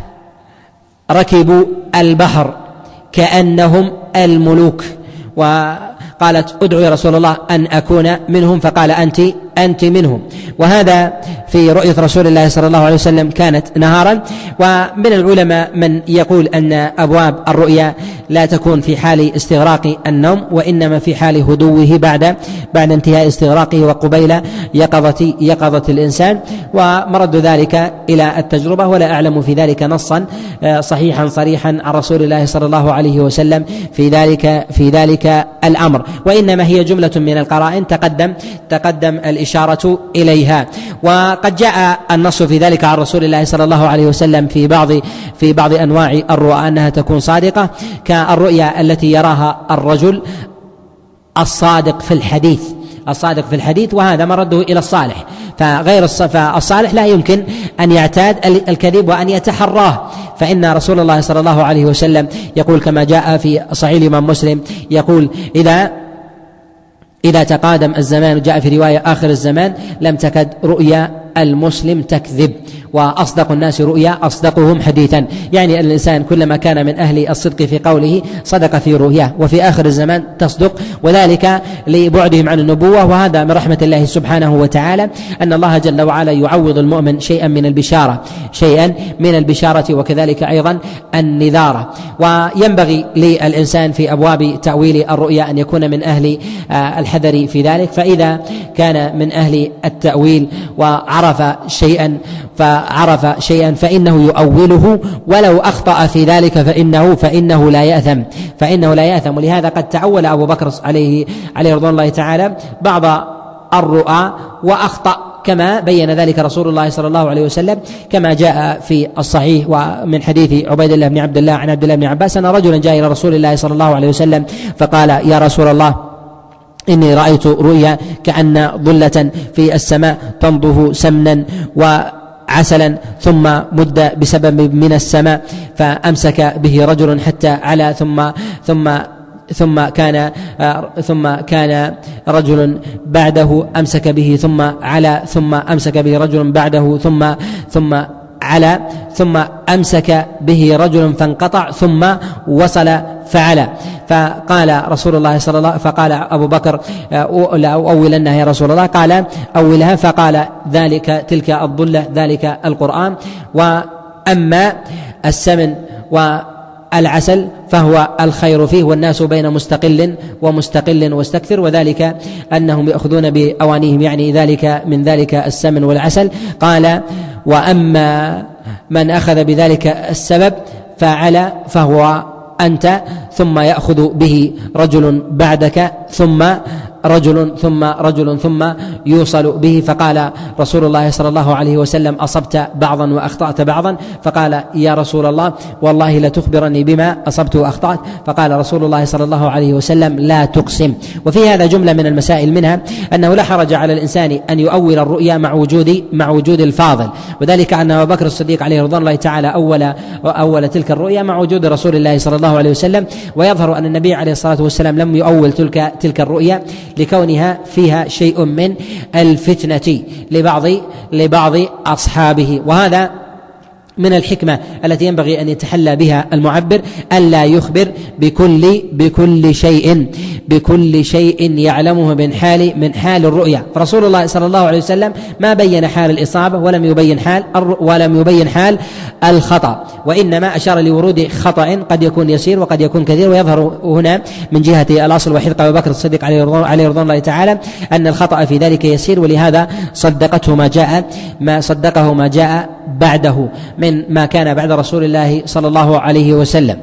ركبوا البحر كأنهم الملوك، وقالت: ادعو يا رسول الله أن أكون منهم، فقال: أنت أنت منهم. وهذا في رؤية رسول الله صلى الله عليه وسلم كانت نهارا. ومن العلماء من يقول أن أبواب الرؤيا لا تكون في حال استغراق النوم، وإنما في حال هدوه بعد بعد انتهاء استغراقه وقبيل يقظة يقظة الإنسان، ومرد ذلك إلى التجربة، ولا أعلم في ذلك نصا صحيحا صريحا عن رسول الله صلى الله عليه وسلم في ذلك في ذلك الأمر، وإنما هي جملة من القرائن تقدم تقدم الإشارة إليها. وقد جاء النص في ذلك عن رسول الله صلى الله عليه وسلم في بعض في بعض أنواع الرؤى أنها تكون صادقة، كالرؤيا التي يراها الرجل الصادق في الحديث الصادق في الحديث وهذا مرده إلى الصالح، فغير الصالح لا يمكن أن يعتاد الكذب وأن يتحراه، فإن رسول الله صلى الله عليه وسلم يقول كما جاء في صحيح الإمام مسلم، يقول: إذا إذا تقادم الزمان، جاء في رواية آخر الزمان، لم تكد رؤيا المسلم تكذب، وأصدق الناس رؤيا أصدقهم حديثا، يعني الإنسان كلما كان من أهل الصدق في قوله صدق في رؤياه، وفي آخر الزمان تصدق، وذلك لبعدهم عن النبوة. وهذا من رحمة الله سبحانه وتعالى أن الله جل وعلا يعوض المؤمن شيئا من البشارة شيئا من البشارة وكذلك أيضا النذارة. وينبغي للإنسان في أبواب تأويل الرؤيا أن يكون من أهل الحذر في ذلك، فإذا كان من أهل التأويل وعرف شيئا فعرف شيئا فإنه يؤوله، ولو أخطأ في ذلك فإنه فإنه لا يأثم فإنه لا يأثم ولهذا قد تعول أبو بكر عليه عليه رضوان الله تعالى بعض الرؤى وأخطأ، كما بين ذلك رسول الله صلى الله عليه وسلم، كما جاء في الصحيح ومن حديث عبيد الله بن عبد الله عن عبد الله بن عباس أن رجلا جاء إلى رسول الله صلى الله عليه وسلم فقال: يا رسول الله، إني رأيت رؤيا كأن ضلة في السماء تنضه سمنا وعسلا، ثم مد بسبب من السماء فأمسك به رجل حتى على، ثم ثم ثم كان ثم كان رجل بعده أمسك به ثم على، ثم أمسك به رجل بعده ثم ثم على، ثم أمسك به رجل فانقطع، ثم وصل فعلى. فقال رسول الله صلى الله فقال أبو بكر: لا أولنها يا رسول الله. قال: أولها. فقال: ذلك تلك الضلة ذلك القرآن، وأما السمن والعسل فهو الخير فيه، والناس بين مستقل ومستقل واستكثر، وذلك أنهم يأخذون بأوانيهم، يعني ذلك من ذلك السمن والعسل. قال: وأما من أخذ بذلك السبب فعلى فهو أنت. ثم يأخذ به رجل بعدك ثم رجل ثم رجل ثم يوصل به. فقال رسول الله صلى الله عليه وسلم: أصبت بعضا وأخطأت بعضا. فقال: يا رسول الله والله لتخبرني بما أصبت وأخطأت. فقال رسول الله صلى الله عليه وسلم: لا تقسم. وفي هذا جملة من المسائل، منها أنه لا حرج على الإنسان أن يؤول الرؤيا مع وجود مع وجود الفاضل، وذلك أن أبا بكر الصديق عليه رضوان الله تعالى أول أول تلك الرؤيا مع وجود رسول الله صلى الله عليه وسلم. ويظهر أن النبي عليه الصلاة والسلام لم يؤول تلك تلك الرؤيا لكونها فيها شيء من الفتنة لبعض لبعض أصحابه. وهذا من الحكمة التي ينبغي أن يتحلى بها المعبر، ألا يخبر بكل بكل شيء بكل شيء يعلمه من حال من حال الرؤيا. فرسول الله صلى الله عليه وسلم ما بين حال الإصابة ولم يبين حال ولم يبين حال الخطأ، وإنما أشار لورود خطأ قد يكون يسير وقد يكون كثير. ويظهر هنا من جهة الأصل وحذق أبي بكر الصديق عليه رضوان الله تعالى أن الخطأ في ذلك يسير، ولهذا صدقته ما جاء ما صدقه ما جاء بعده من ما كان بعد رسول الله صلى الله عليه وسلم.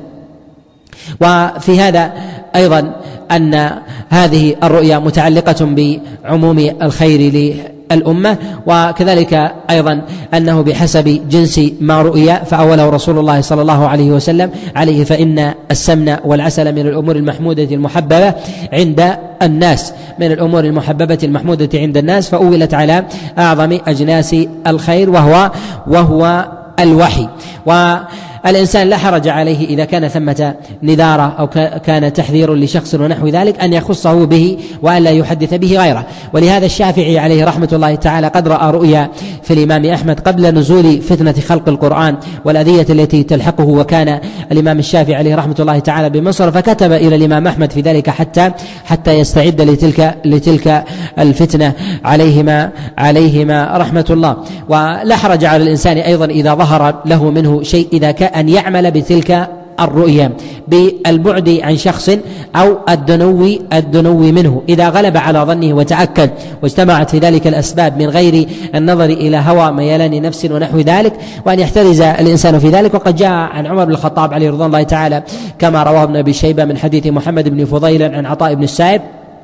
وفي هذا أيضا أن هذه الرؤيا متعلقة بعموم الخير للأمة، وكذلك أيضا أنه بحسب جنس ما رؤيا فأوله رسول الله صلى الله عليه وسلم عليه. فإن السمن والعسل من الأمور المحمودة المحببة عند الناس من الأمور المحببة المحمودة عند الناس، فأولت على أعظم أجناس الخير وهو وهو الوحي. والإنسان لا حرج عليه إذا كان ثمة نذارة أو كان تحذير لشخص ونحو ذلك أن يخصه به وأن لا يحدث به غيره. ولهذا الشافعي عليه رحمة الله تعالى قد رأى رؤيا في الإمام أحمد قبل نزول فتنة خلق القرآن والأذية التي تلحقه، وكان الإمام الشافعي عليه رحمة الله تعالى بمصر، فكتب إلى الإمام أحمد في ذلك حتى حتى يستعد لتلك لتلك الفتنة عليهما عليهما رحمة الله. ولا حرج على الإنسان أيضا إذا ظهر له منه شيء إذا كان أن يعمل بتلك الرؤيا بالبعد عن شخص أو الدنو الدنو منه إذا غلب على ظنه وتأكد واجتمعت في ذلك الأسباب من غير النظر إلى هوى ميلان نفس ونحو ذلك، وأن يحترز الإنسان في ذلك. وقد جاء عن عمر بن الخطاب عليه رضوان الله تعالى كما رواه ابن أبي شيبة من حديث محمد بن فضيل عن عطاء بن السائب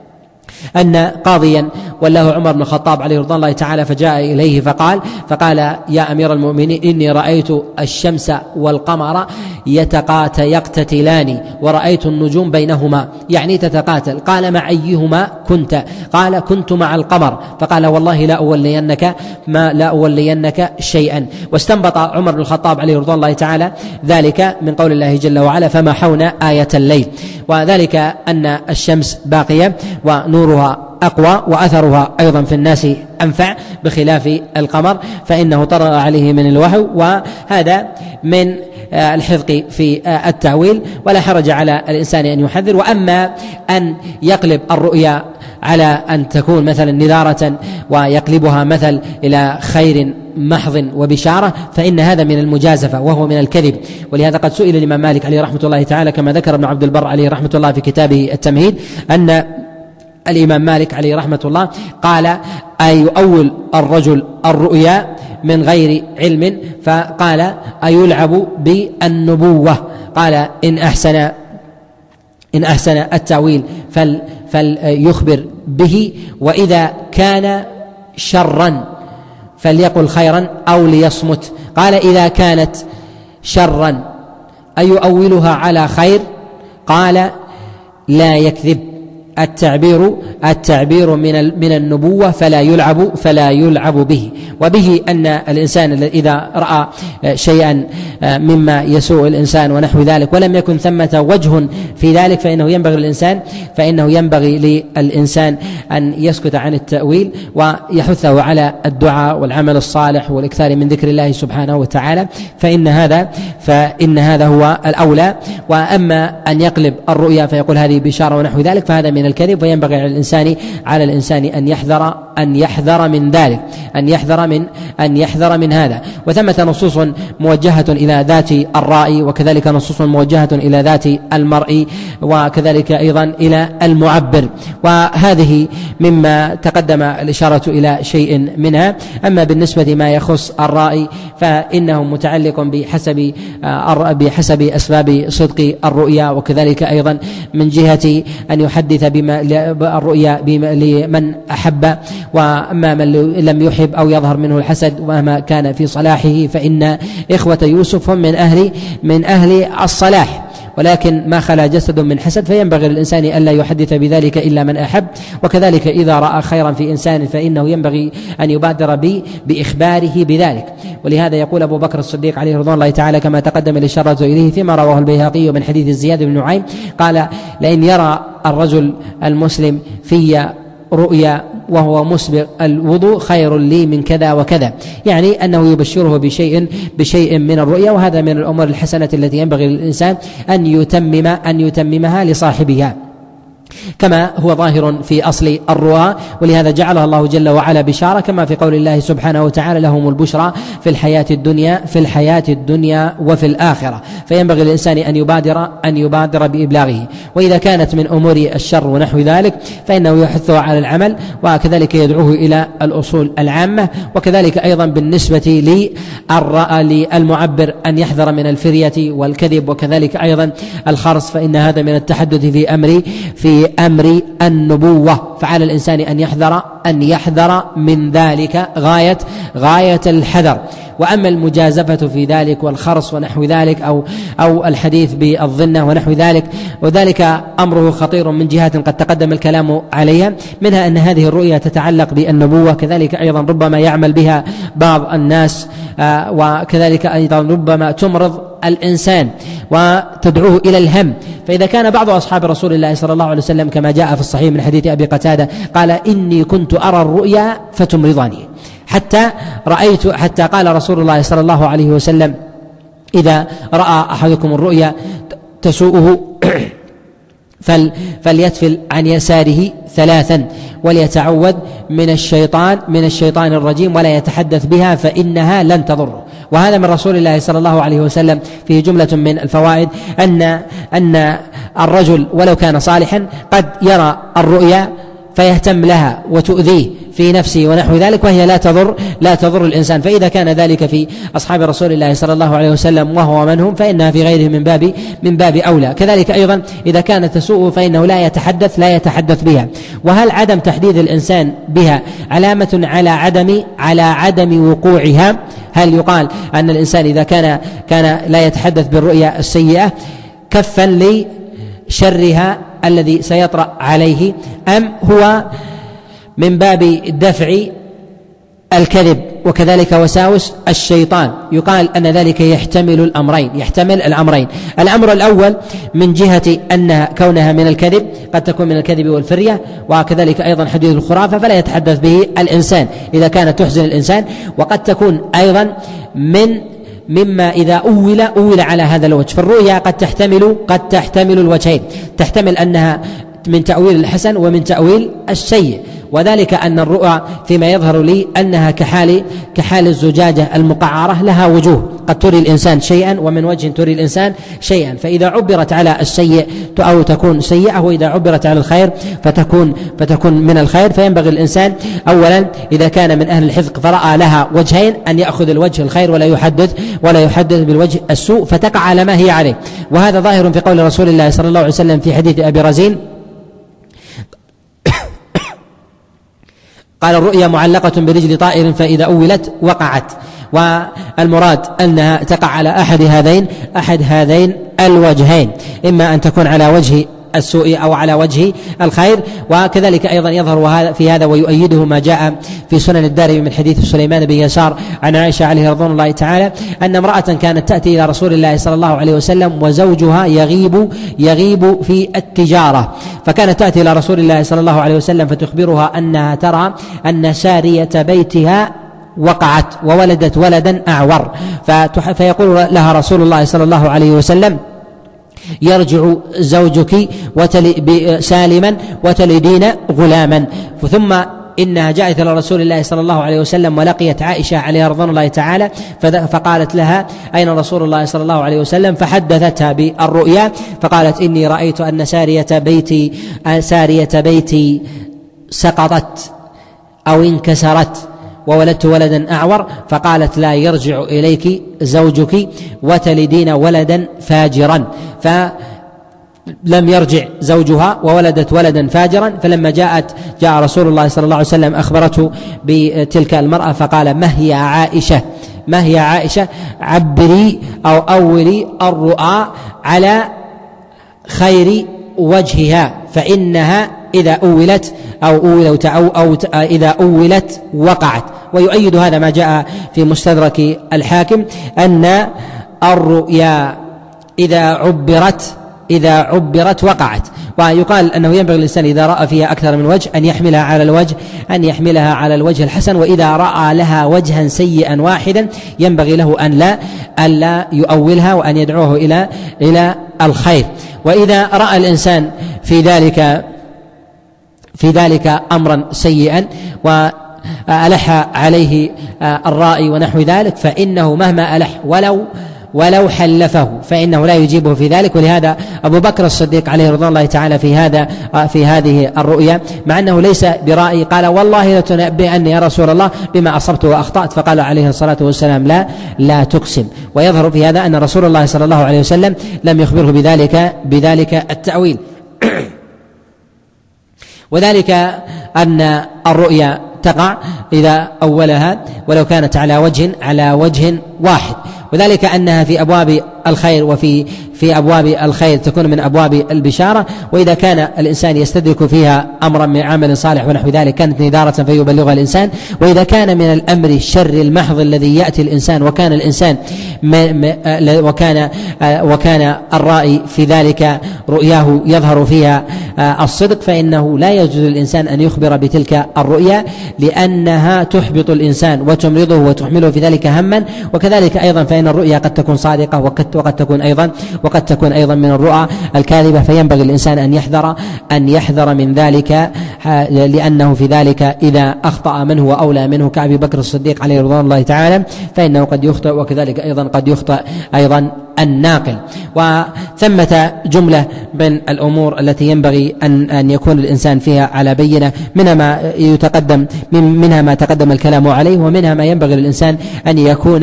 أن قاضيا وله عمر بن الخطاب عليه رضوان الله تعالى فجاء إليه فقال فقال يا أمير المؤمنين إني رأيت الشمس والقمر يتقات يقتتلان ورأيت النجوم بينهما، يعني تتقاتل. قال مع أيهما كنت؟ قال كنت مع القمر. فقال والله لا أولينك ما لا أولينك شيئا. واستنبط عمر بن الخطاب عليه رضوان الله تعالى ذلك من قول الله جل وعلا فما حون آية الليل، وذلك أن الشمس باقية ونورها أقوى وأثرها أيضا في الناس أنفع بخلاف القمر فإنه طرأ عليه من الوحي، وهذا من الحذق في التأويل. ولا حرج على الإنسان أن يحذر. وأما أن يقلب الرؤيا على أن تكون مثلا نذارة ويقلبها مثل إلى خير محض وبشارة فإن هذا من المجازفة وهو من الكذب. ولهذا قد سئل الإمام مالك عليه رحمة الله تعالى كما ذكر ابن عبد البر عليه رحمة الله في كتابه التمهيد أن الإمام مالك عليه رحمة الله قال أيؤول الرجل الرؤيا من غير علم؟ فقال أيلعب بالنبوة؟ قال إن أحسن إن أحسن التأويل فل فليخبر به، وإذا كان شرا فليقل خيرا أو ليصمت. قال إذا كانت شرا أيؤولها على خير؟ قال لا يكذب. التعبير التعبير من من النبوة فلا يلعب فلا يلعب به. وبه أن الإنسان إذا رأى شيئا مما يسوء الإنسان ونحو ذلك ولم يكن ثمة وجه في ذلك فإنه ينبغي للإنسان فإنه ينبغي للإنسان أن يسكت عن التأويل ويحثه على الدعاء والعمل الصالح والإكثار من ذكر الله سبحانه وتعالى، فإن هذا فإن هذا هو الأولى. وأما أن يقلب الرؤيا فيقول هذه بشارة ونحو ذلك فهذا من الكذب، وينبغي على الإنسان على الإنسان أن يحذر أن يحذر من ذلك أن يحذر من أن يحذر من هذا. وثمة نصوص موجهة إلى ذات الرائي، وكذلك نصوص موجهة إلى ذات المرء، وكذلك أيضا إلى المعبر، وهذه مما تقدم الإشارة إلى شيء منها. أما بالنسبة ما يخص الرائي فإنه متعلق بحسب بحسب أسباب صدق الرؤيا، وكذلك أيضا من جهة أن يحدث بما الرؤيا لمن أحب، وأما من لم يحب أو يظهر منه الحسد وما كان في صلاحه فإن إخوة يوسف هم من أهل من أهل الصلاح، ولكن ما خلا جسد من حسد، فينبغي للإنسان ألا يحدث بذلك إلا من أحب. وكذلك إذا رأى خيرا في إنسان فإنه ينبغي أن يبادر به بإخباره بذلك. ولهذا يقول أبو بكر الصديق عليه رضوان الله تعالى كما تقدم الإشارة إليه فيما رواه البيهقي من حديث زياد بن نعيم قال: لئن يرى الرجل المسلم في رؤيا وهو مسبغ الوضوء خير لي من كذا وكذا، يعني أنه يبشره بشيء بشيء من الرؤيا، وهذا من الأمور الحسنة التي ينبغي للإنسان أن يتمم أن يتممها لصاحبها كما هو ظاهر في أصل الرؤى. ولهذا جعلها الله جل وعلا بشارة، كما في قول الله سبحانه وتعالى: لهم البشرى في الحياة الدنيا في الحياة الدنيا وفي الآخرة. فينبغي للإنسان أن يبادر أن يبادر بإبلاغه. وإذا كانت من أمور الشر ونحو ذلك فإنه يحثه على العمل، وكذلك يدعوه إلى الأصول العامة. وكذلك أيضا بالنسبة للمعبر أن يحذر من الفرية والكذب، وكذلك أيضا الخرص، فإن هذا من التحدث في أمر في أمر النبوة، فعلى الإنسان أن يحذر أن يحذر من ذلك غاية غاية الحذر. وأما المجازفة في ذلك والخرص ونحو ذلك أو أو الحديث بالظنة ونحو ذلك، وذلك أمره خطير من جهات قد تقدم الكلام عليها، منها أن هذه الرؤيا تتعلق بالنبوة، كذلك أيضا ربما يعمل بها بعض الناس، آه وكذلك أيضا ربما تمرض الإنسان وتدعوه إلى الهم. فإذا كان بعض أصحاب رسول الله صلى الله عليه وسلم كما جاء في الصحيح من حديث أبي قتادة قال: إني كنت أرى الرؤيا فتمرضني، حتى رأيت حتى قال رسول الله صلى الله عليه وسلم: إذا رأى أحدكم الرؤيا تسوءه فل فليتفل عن يساره ثلاثا وليتعوذ من الشيطان من الشيطان الرجيم ولا يتحدث بها فإنها لن تضره. وهذا من رسول الله صلى الله عليه وسلم فيه جملة من الفوائد، أن أن الرجل ولو كان صالحا قد يرى الرؤيا فيهتم لها وتؤذيه في نفسه ونحو ذلك، وهي لا تضر لا تضر الإنسان. فإذا كان ذلك في أصحاب رسول الله صلى الله عليه وسلم وهو منهم فإنها في غيره من باب من باب أولى. كذلك أيضا إذا كانت تسوء فإنه لا يتحدث لا يتحدث بها. وهل عدم تحديث الإنسان بها علامة على عدم على عدم وقوعها؟ هل يقال أن الإنسان إذا كان كان لا يتحدث بالرؤيا السيئة كفا لشرها الذي سيطرأ عليه، أم هو من باب دفع الكذب وكذلك وساوس الشيطان؟ يقال أن ذلك يحتمل الأمرين يحتمل الأمرين الأمر الأول من جهة أن كونها من الكذب، قد تكون من الكذب والفرية، وكذلك أيضا حديث الخرافة فلا يتحدث به الإنسان إذا كانت تحزن الإنسان، وقد تكون أيضا من مما إذا أول أول على هذا الوجه. فالرؤيا قد تحتمل قد تحتمل الوجهين، تحتمل أنها من تأويل الحسن ومن تأويل السيء، وذلك أن الرؤى فيما يظهر لي أنها كحال كحال الزجاجة المقعرة لها وجوه، قد تري الإنسان شيئا ومن وجه تري الإنسان شيئا، فإذا عبرت على السيء أو تكون سيئة، وإذا عبرت على الخير فتكون فتكون من الخير. فينبغي الإنسان أولا إذا كان من أهل الحذق فرأى لها وجهين أن يأخذ الوجه الخير ولا يحدث ولا يحدث بالوجه السوء فتقع على ما هي عليه. وهذا ظاهر في قول رسول الله صلى الله عليه وسلم في حديث أبي رزين قال: الرؤيا معلقة برجل طائر فإذا أولت وقعت. والمراد أنها تقع على أحد هذين أحد هذين الوجهين، إما أن تكون على وجه السوء أو على وجه الخير. وكذلك أيضا يظهر في هذا ويؤيده ما جاء في سنن الدارمي من حديث سليمان بن يسار عن عائشة عليه رضوان الله تعالى أن امرأة كانت تأتي إلى رسول الله صلى الله عليه وسلم وزوجها يغيب يغيب في التجارة، فكانت تأتي إلى رسول الله صلى الله عليه وسلم فتخبرها أنها ترى أن سارية بيتها وقعت وولدت ولدا أعور، فيقول لها رسول الله صلى الله عليه وسلم: يرجع زوجك سالما وتلدين غلاما. ثم إنها جاءت إلى رسول الله صلى الله عليه وسلم ولقيت عائشة عليها رضوان الله تعالى، فقالت لها: أين رسول الله صلى الله عليه وسلم؟ فحدثتها بالرؤيا، فقالت: إني رأيت أن سارية بيتي سارية بيتي سقطت أو انكسرت وولدت ولدا أعور. فقالت: لا يرجع إليك زوجك وتلدين ولدا فاجرا. فلم يرجع زوجها وولدت ولدا فاجرا. فلما جاءت جاء رسول الله صلى الله عليه وسلم أخبرته بتلك المرأة، فقال: ما هي عائشة ما هي عائشة عبري أو أولي الرؤى على خير وجهها، فإنها إذا أولت أو أولت أو, أو إذا أولت وقعت. ويؤيد هذا ما جاء في مستدرك الحاكم أن الرؤيا إذا عبرت إذا عبرت وقعت. ويقال أنه ينبغي الإنسان إذا رأى فيها أكثر من وجه أن يحملها على الوجه أن يحملها على الوجه الحسن، وإذا رأى لها وجها سيئا واحدا ينبغي له أن لا أن لا يؤولها وأن يدعوه إلى إلى الخير. وإذا رأى الإنسان في ذلك في ذلك أمرا سيئا وألح عليه الرائي ونحو ذلك، فإنه مهما ألح ولو ولو حلفه فإنه لا يجيبه في ذلك. ولهذا أبو بكر الصديق عليه رضوان الله تعالى في هذا في هذه الرؤيا، مع أنه ليس برائي، قال: والله لتنبئني يا رسول الله بما أصبت وأخطأت. فقال عليه الصلاة والسلام: لا لا تقسم. ويظهر في هذا أن رسول الله صلى الله عليه وسلم لم يخبره بذلك بذلك التأويل. وذلك أن الرؤيا تقع إذا أولها ولو كانت على وجه على وجه واحد، وذلك أنها في أبواب الخير وفي في أبواب الخير تكون من أبواب البشارة. وإذا كان الإنسان يستدرك فيها أمرا من عمل صالح ونحو ذلك كانت نذارة فيبلغها الإنسان. وإذا كان من الأمر الشر المحض الذي يأتي الإنسان وكان الإنسان وكان وكان الرائي في ذلك رؤياه يظهر فيها الصدق، فإنه لا يجوز للإنسان أن يخبر بتلك الرؤيا، لأنها تحبط الإنسان وتمرضه وتحمله في ذلك هما. وكذلك أيضا فإن الرؤيا قد تكون صادقة وقد تكون أيضا وقد تكون أيضا من الرؤى الكاذبة، فينبغي الإنسان أن يحذر أن يحذر من ذلك، لأنه في ذلك إذا أخطأ من هو أولى منه كأبي بكر الصديق عليه رضوان الله تعالى فإنه قد يخطئ، وكذلك أيضا قد يخطئ أيضا الناقل. وثمة جملة من الأمور التي ينبغي أن أن يكون الإنسان فيها على بينة، منها ما يتقدم منها ما تقدم الكلام عليه، ومنها ما ينبغي للإنسان أن يكون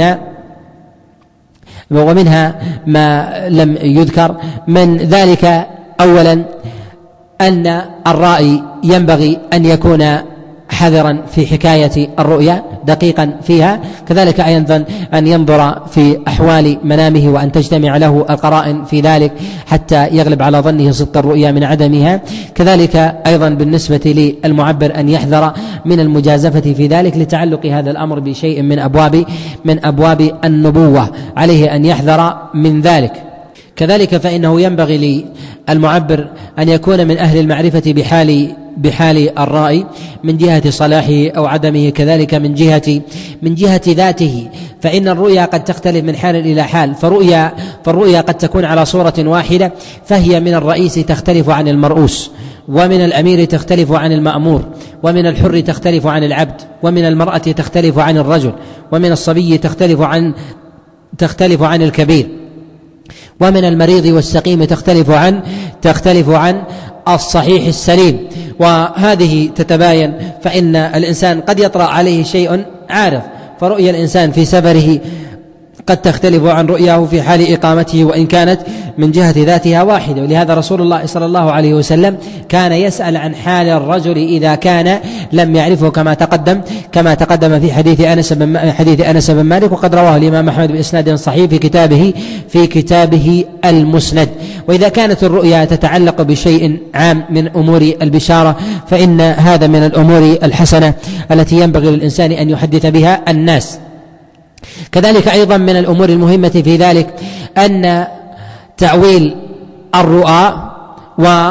ومنها ما لم يذكر. من ذلك أولا أن الرائي ينبغي أن يكون حذرا في حكاية الرؤيا دقيقا فيها، كذلك أيضا أن ينظر في أحوال منامه وأن تجتمع له القرائن في ذلك حتى يغلب على ظنه صدق الرؤيا من عدمها. كذلك أيضا بالنسبة للمعبر أن يحذر من المجازفة في ذلك لتعلق هذا الأمر بشيء من أبواب من أبواب النبوة، عليه أن يحذر من ذلك. كذلك فإنه ينبغي للمعبر أن يكون من أهل المعرفة بحال بحال الرائي من جهة صلاحه أو عدمه، كذلك من جهة من جهة ذاته، فإن الرؤيا قد تختلف من حال إلى حال. فرؤيا فالرؤيا قد تكون على صورة واحدة، فهي من الرئيس تختلف عن المرؤوس، ومن الأمير تختلف عن المأمور، ومن الحر تختلف عن العبد، ومن المرأة تختلف عن الرجل، ومن الصبي تختلف عن تختلف عن الكبير، ومن المريض والسقيم تختلف عن تختلف عن الصحيح السليم. وهذه تتباين، فإن الإنسان قد يطرأ عليه شيء عارض، فرؤيا الإنسان في سفره قد تختلف عن رؤياه في حال إقامته وإن كانت من جهة ذاتها واحدة. ولهذا رسول الله صلى الله عليه وسلم كان يسأل عن حال الرجل إذا كان لم يعرفه، كما تقدم كما تقدم في حديث أنس بن حديث أنس بن مالك، وقد رواه الإمام أحمد بإسناد صحيح في كتابه في كتابه المسند. وإذا كانت الرؤيا تتعلق بشيء عام من أمور البشارة فإن هذا من الأمور الحسنة التي ينبغي للإنسان أن يحدث بها الناس. كذلك أيضا من الأمور المهمة في ذلك أن تعويل الرؤى و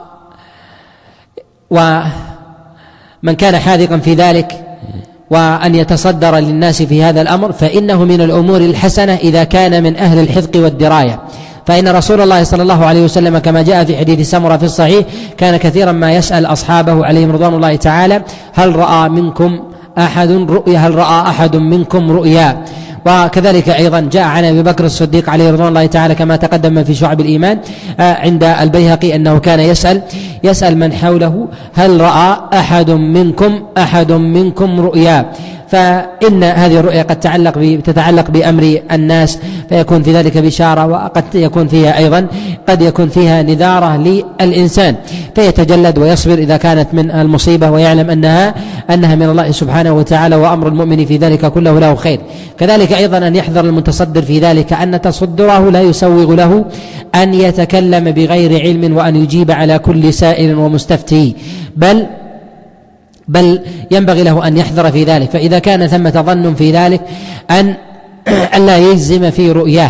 ومن كان حاذقا في ذلك وأن يتصدر للناس في هذا الأمر، فإنه من الأمور الحسنة إذا كان من أهل الحذق والدراية. فإن رسول الله صلى الله عليه وسلم كما جاء في حديث سمرة في الصحيح كان كثيرا ما يسأل أصحابه عليهم رضوان الله تعالى: هل رأى منكم أحد رؤيا هل رأى أحد منكم رؤيا؟ وكذلك أيضا جاء عن أبي بكر الصديق عليه رضوان الله تعالى كما تقدم في شعب الإيمان عند البيهقي أنه كان يسأل يسأل من حوله: هل رأى أحد منكم أحد منكم رؤيا؟ فإن هذه الرؤيا قد تعلق تتعلق بأمر الناس، فيكون في ذلك بشارة، وقد يكون فيها أيضا قد يكون فيها نذارة للإنسان فيتجلد ويصبر إذا كانت من المصيبة، ويعلم أنها أنها من الله سبحانه وتعالى، وأمر المؤمن في ذلك كله له خير. كذلك أيضا أن يحذر المتصدر في ذلك أن تصدره لا يسوغ له أن يتكلم بغير علم وأن يجيب على كل سائل ومستفتي، بل بل ينبغي له أن يحذر في ذلك. فإذا كان ثمة ظن في ذلك أن ألا يجزم في رؤياه،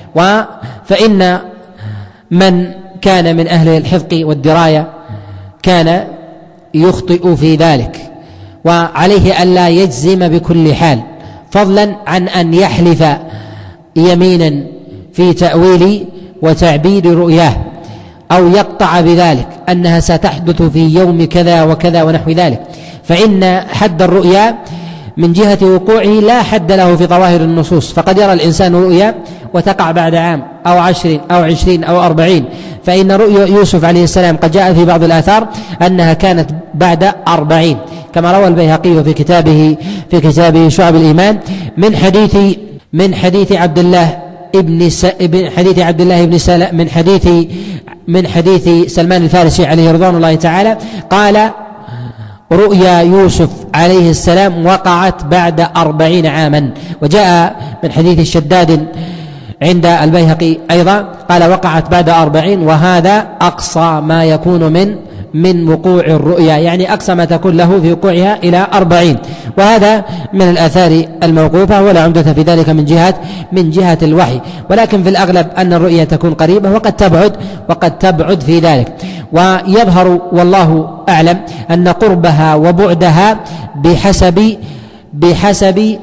فإن من كان من أهل الحفظ والدراية كان يخطئ في ذلك، وعليه ألا يجزم بكل حال، فضلا عن أن يحلف يمينا في تأويل وتعبير رؤياه، أو يقطع بذلك أنها ستحدث في يوم كذا وكذا ونحو ذلك، فإن حد الرؤيا من جهة وقوعه لا حد له في ظواهر النصوص. فقد يرى الإنسان رؤيا وتقع بعد عام أو عشر أو عشرين أو أربعين، فإن رؤيا يوسف عليه السلام قد جاء في بعض الآثار أنها كانت بعد أربعين، كما روى البيهقي في كتابه في كتابه شعب الإيمان من حديث من حديث عبد الله ابن س... ابن حديث عبد الله بن سل... من حديث من حديث سلمان الفارسي عليه رضوان الله تعالى قال: رؤيا يوسف عليه السلام وقعت بعد أربعين عاما. وجاء من حديث الشداد عند البيهقي أيضا قال: وقعت بعد أربعين، وهذا أقصى ما يكون من من وقوع الرؤيا، يعني أقصى ما تكون له في وقوعها إلى أربعين، وهذا من الآثار الموقوفة، ولا عمدة في ذلك من جهة من جهة الوحي. ولكن في الأغلب أن الرؤيا تكون قريبة وقد تبعد وقد تبعد في ذلك. ويظهر والله أعلم أن قربها وبعدها بحسب بحسب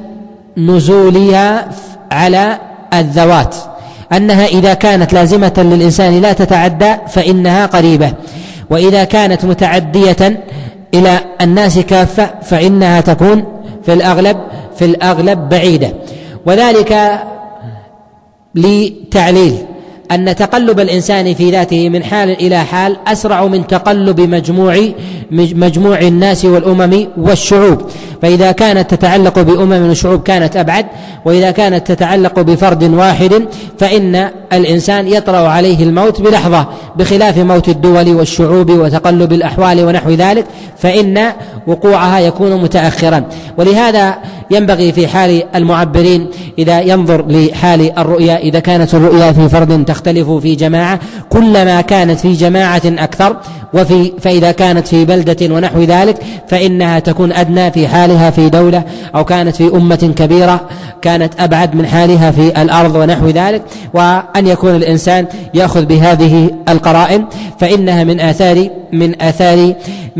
نزولها على الذوات، أنها إذا كانت لازمة للإنسان لا تتعدى فإنها قريبة، وإذا كانت متعدية إلى الناس كافة فإنها تكون في الأغلب في الأغلب بعيدة. وذلك لتعليل أن تقلب الإنسان في ذاته من حال إلى حال أسرع من تقلب مجموع مجموع الناس والأمم والشعوب، فإذا كانت تتعلق بأمم وشعوب كانت أبعد، وإذا كانت تتعلق بفرد واحد فإن الإنسان يطرأ عليه الموت بلحظة، بخلاف موت الدول والشعوب وتقلب الأحوال ونحو ذلك فإن وقوعها يكون متأخرا. ولهذا ينبغي في حال المعبرين إذا ينظر لحال الرؤيا، إذا كانت الرؤيا في فرد تختلف في جماعة، كلما كانت في جماعة أكثر، وفي فإذا كانت في بلدة ونحو ذلك فإنها تكون أدنى في حالها في دولة، أو كانت في أمة كبيرة كانت أبعد من حالها في الأرض ونحو ذلك. وأن يكون الإنسان يأخذ بهذه القرائن فإنها من آثار من آثار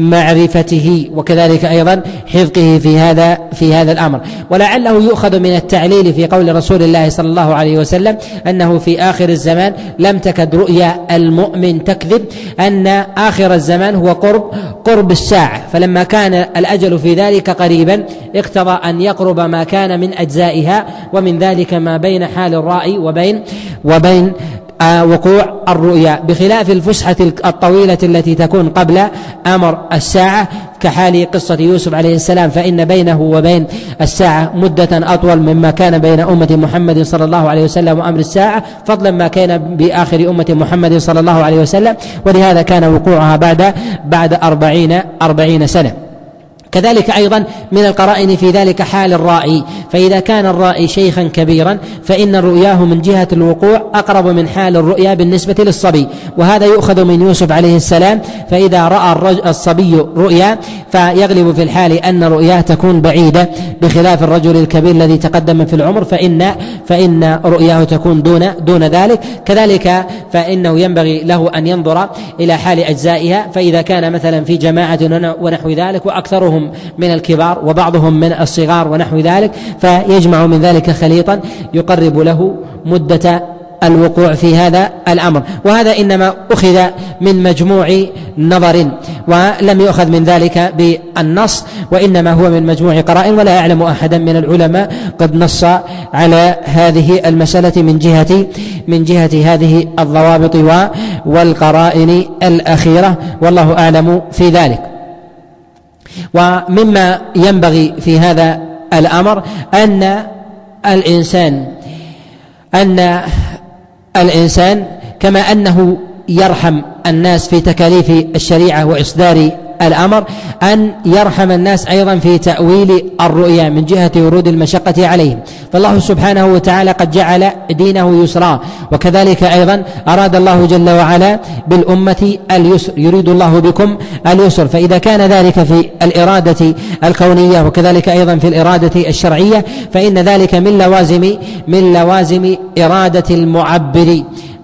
معرفته، وكذلك أيضا حفظه في هذا في هذا الأمر. ولعله يؤخذ من التعليل في قول رسول الله صلى الله عليه وسلم أنه في آخر الزمان لم تكد رؤيا المؤمن تكذب، أن آخر الزمان هو قرب قرب الساعة، فلما كان الأجل في ذلك قريبا اقتضى أن يقرب ما كان من أجزائها، ومن ذلك ما بين حال الرائي وبين وبين آه وقوع الرؤيا، بخلاف الفسحة الطويلة التي تكون قبل أمر الساعة كحال قصة يوسف عليه السلام، فإن بينه وبين الساعة مدة أطول مما كان بين أمة محمد صلى الله عليه وسلم وأمر الساعة، فضلا ما كان بآخر أمة محمد صلى الله عليه وسلم، ولهذا كان وقوعها بعد بعد أربعين أربعين سنة. كذلك أيضا من القرائن في ذلك حال الرائي، فإذا كان الرائي شيخا كبيرا فإن رؤياه من جهة الوقوع أقرب من حال الرؤيا بالنسبة للصبي، وهذا يؤخذ من يوسف عليه السلام، فإذا رأى الصبي رؤيا فيغلب في الحال أن رؤياه تكون بعيدة، بخلاف الرجل الكبير الذي تقدم في العمر فإن فإن رؤياه تكون دون دون ذلك. كذلك فإنه ينبغي له أن ينظر إلى حال أجزائها، فإذا كان مثلا في جماعة ونحو ذلك وأكثرهم من الكبار وبعضهم من الصغار ونحو ذلك، فيجمع من ذلك خليطا يقرب له مدة الوقوع في هذا الأمر. وهذا إنما أخذ من مجموع نظر ولم يؤخذ من ذلك بالنص، وإنما هو من مجموع قرائن، ولا يعلم أحدا من العلماء قد نص على هذه المسألة من جهة من جهة هذه الضوابط والقرائن الأخيرة، والله أعلم في ذلك. ومما ينبغي في هذا الأمر أن الإنسان أن الإنسان كما أنه يرحم الناس في تكاليف الشريعة وإصدار الأمر، أن يرحم الناس أيضا في تأويل الرؤيا من جهة ورود المشقة عليهم. فالله سبحانه وتعالى قد جعل دينه يسرا، وكذلك أيضا أراد الله جل وعلا بالأمة اليسر، يريد الله بكم اليسر. فإذا كان ذلك في الإرادة الكونية وكذلك أيضا في الإرادة الشرعية، فإن ذلك من لوازم من لوازم إرادة المعبر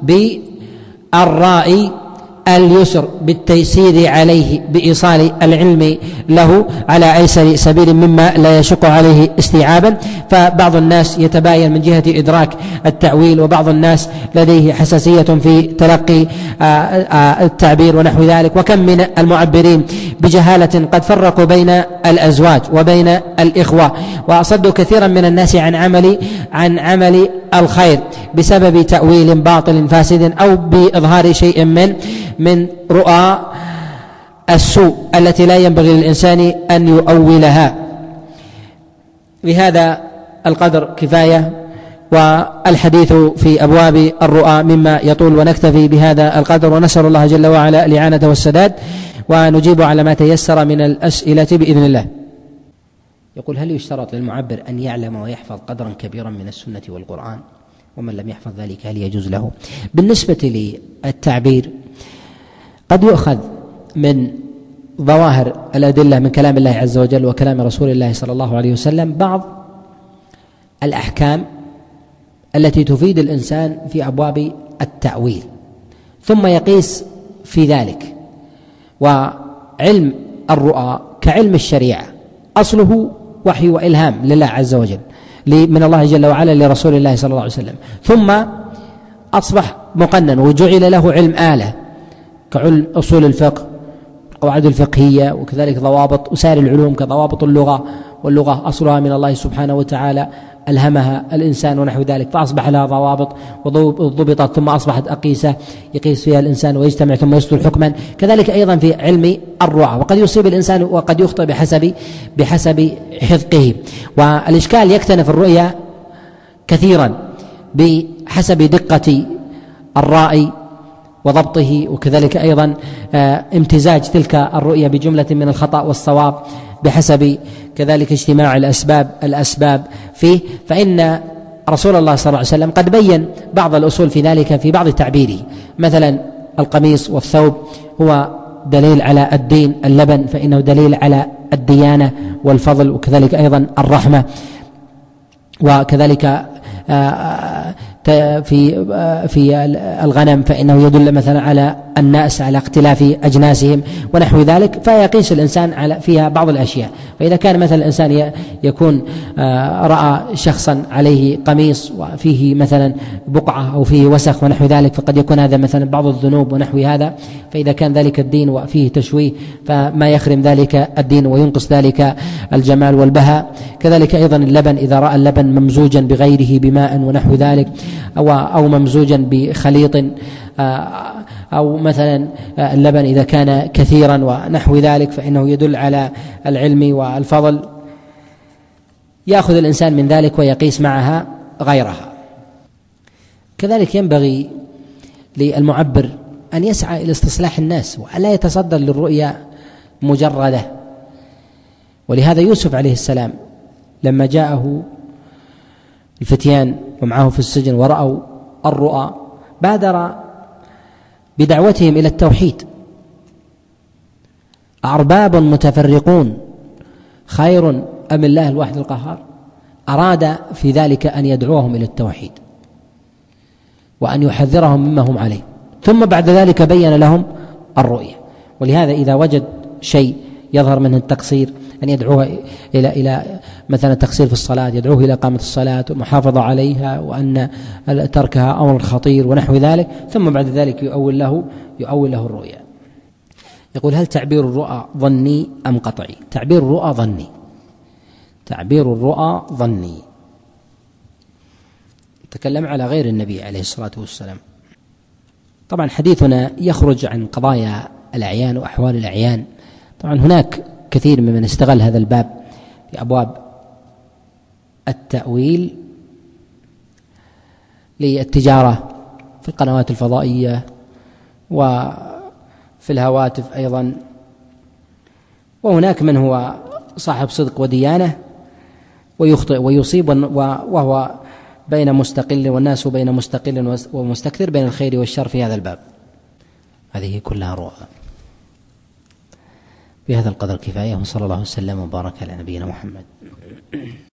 بالرأي اليسر بالتيسير عليه بإيصال العلم له على أيسر سبيل مما لا يشق عليه استيعابا. فبعض الناس يتباين من جهة إدراك التأويل، وبعض الناس لديه حساسية في تلقي التعبير ونحو ذلك. وكم من المعبرين بجهالة قد فرقوا بين الأزواج وبين الإخوة، وصدوا كثيرا من الناس عن عمل عن عمل الخير بسبب تأويل باطل فاسد أو بإظهار شيء من من رؤى السوء التي لا ينبغي للإنسان أن يؤولها. بهذا القدر كفاية، والحديث في أبواب الرؤى مما يطول، ونكتفي بهذا القدر، ونسأل الله جل وعلا الإعانة والسداد، ونجيب على ما تيسر من الأسئلة بإذن الله. يقول: هل يشترط للمعبر أن يعلم ويحفظ قدرا كبيرا من السنة والقرآن؟ ومن لم يحفظ ذلك هل يجوز له؟ بالنسبة للتعبير قد يؤخذ من ظواهر الأدلة من كلام الله عز وجل وكلام رسول الله صلى الله عليه وسلم بعض الأحكام التي تفيد الإنسان في أبواب التأويل، ثم يقيس في ذلك. وعلم الرؤى كعلم الشريعة أصله وحي وإلهام لله عز وجل من الله جل وعلا لرسول الله صلى الله عليه وسلم، ثم أصبح مقنن وجعل له علم آلة كعلم أصول الفقه، القواعد الفقهية، وكذلك ضوابط وسائر العلوم كضوابط اللغة، واللغة أصلها من الله سبحانه وتعالى ألهمها الإنسان ونحو ذلك، فأصبح لها ضوابط وضبطت، ثم أصبحت أقيسة يقيس فيها الإنسان ويجتمع ثم يصدر حكما. كذلك أيضا في علم الرؤى، وقد يصيب الإنسان وقد يخطئ بحسب بحسب حفظه. والإشكال يكتنف الرؤيا كثيرا بحسب دقة الرائي وضبطه، وكذلك أيضا امتزاج تلك الرؤيا بجملة من الخطأ والصواب بحسب كذلك اجتماع الأسباب الأسباب فيه. فإن رسول الله صلى الله عليه وسلم قد بين بعض الأصول في ذلك في بعض تعبيره، مثلا القميص والثوب هو دليل على الدين، اللبن فإنه دليل على الديانة والفضل، وكذلك أيضا الرحمة، وكذلك في في الغنم فإنه يدل مثلا على الناس على اختلاف أجناسهم ونحو ذلك، فيقيس الإنسان على فيها بعض الأشياء. فإذا كان مثلا الإنسان يكون رأى شخصا عليه قميص وفيه مثلا بقعة أو فيه وسخ ونحو ذلك، فقد يكون هذا مثلا بعض الذنوب ونحو هذا، فإذا كان ذلك الدين وفيه تشويه فما يخرم ذلك الدين وينقص ذلك الجمال والبهاء. كذلك أيضا اللبن، إذا رأى اللبن ممزوجا بغيره بماء ونحو ذلك، أو أو ممزوجا بخليط، أو مثلا اللبن إذا كان كثيرا ونحو ذلك فإنه يدل على العلم والفضل، يأخذ الإنسان من ذلك ويقيس معها غيرها. كذلك ينبغي للمعبر أن يسعى إلى استصلاح الناس وألا يتصدر للرؤيا مجردة. ولهذا يوسف عليه السلام لما جاءه الفتيان ومعه في السجن ورأوا الرؤى بادر بدعوتهم إلى التوحيد. أرباب متفرقون خير أم الله الواحد القهار؟ أراد في ذلك أن يدعوهم إلى التوحيد وأن يحذرهم مما هم عليه، ثم بعد ذلك بين لهم الرؤية. ولهذا إذا وجد شيء يظهر منه التقصير أن يدعوه إلى إلى مثلا التقصير في الصلاة، يدعوه إلى إقامة الصلاة والمحافظة عليها، وأن تركها أمر خطير ونحو ذلك، ثم بعد ذلك يؤول له يؤول له الرؤيا. يقول: هل تعبير الرؤى ظني أم قطعي؟ تعبير الرؤى ظني، تعبير الرؤى ظني. تكلم على غير النبي عليه الصلاة والسلام. طبعا حديثنا يخرج عن قضايا الأعيان وأحوال الأعيان. طبعا هناك كثير ممن استغل هذا الباب في أبواب التأويل للتجارة في القنوات الفضائية وفي الهواتف أيضا، وهناك من هو صاحب صدق وديانة ويخطئ ويصيب وهو بين مستقل، والناس بين مستقل ومستكثر، بين الخير والشر في هذا الباب. هذه كلها رؤى. بهذا القدر كفاية، وصلى الله وسلم وبارك على نبينا محمد.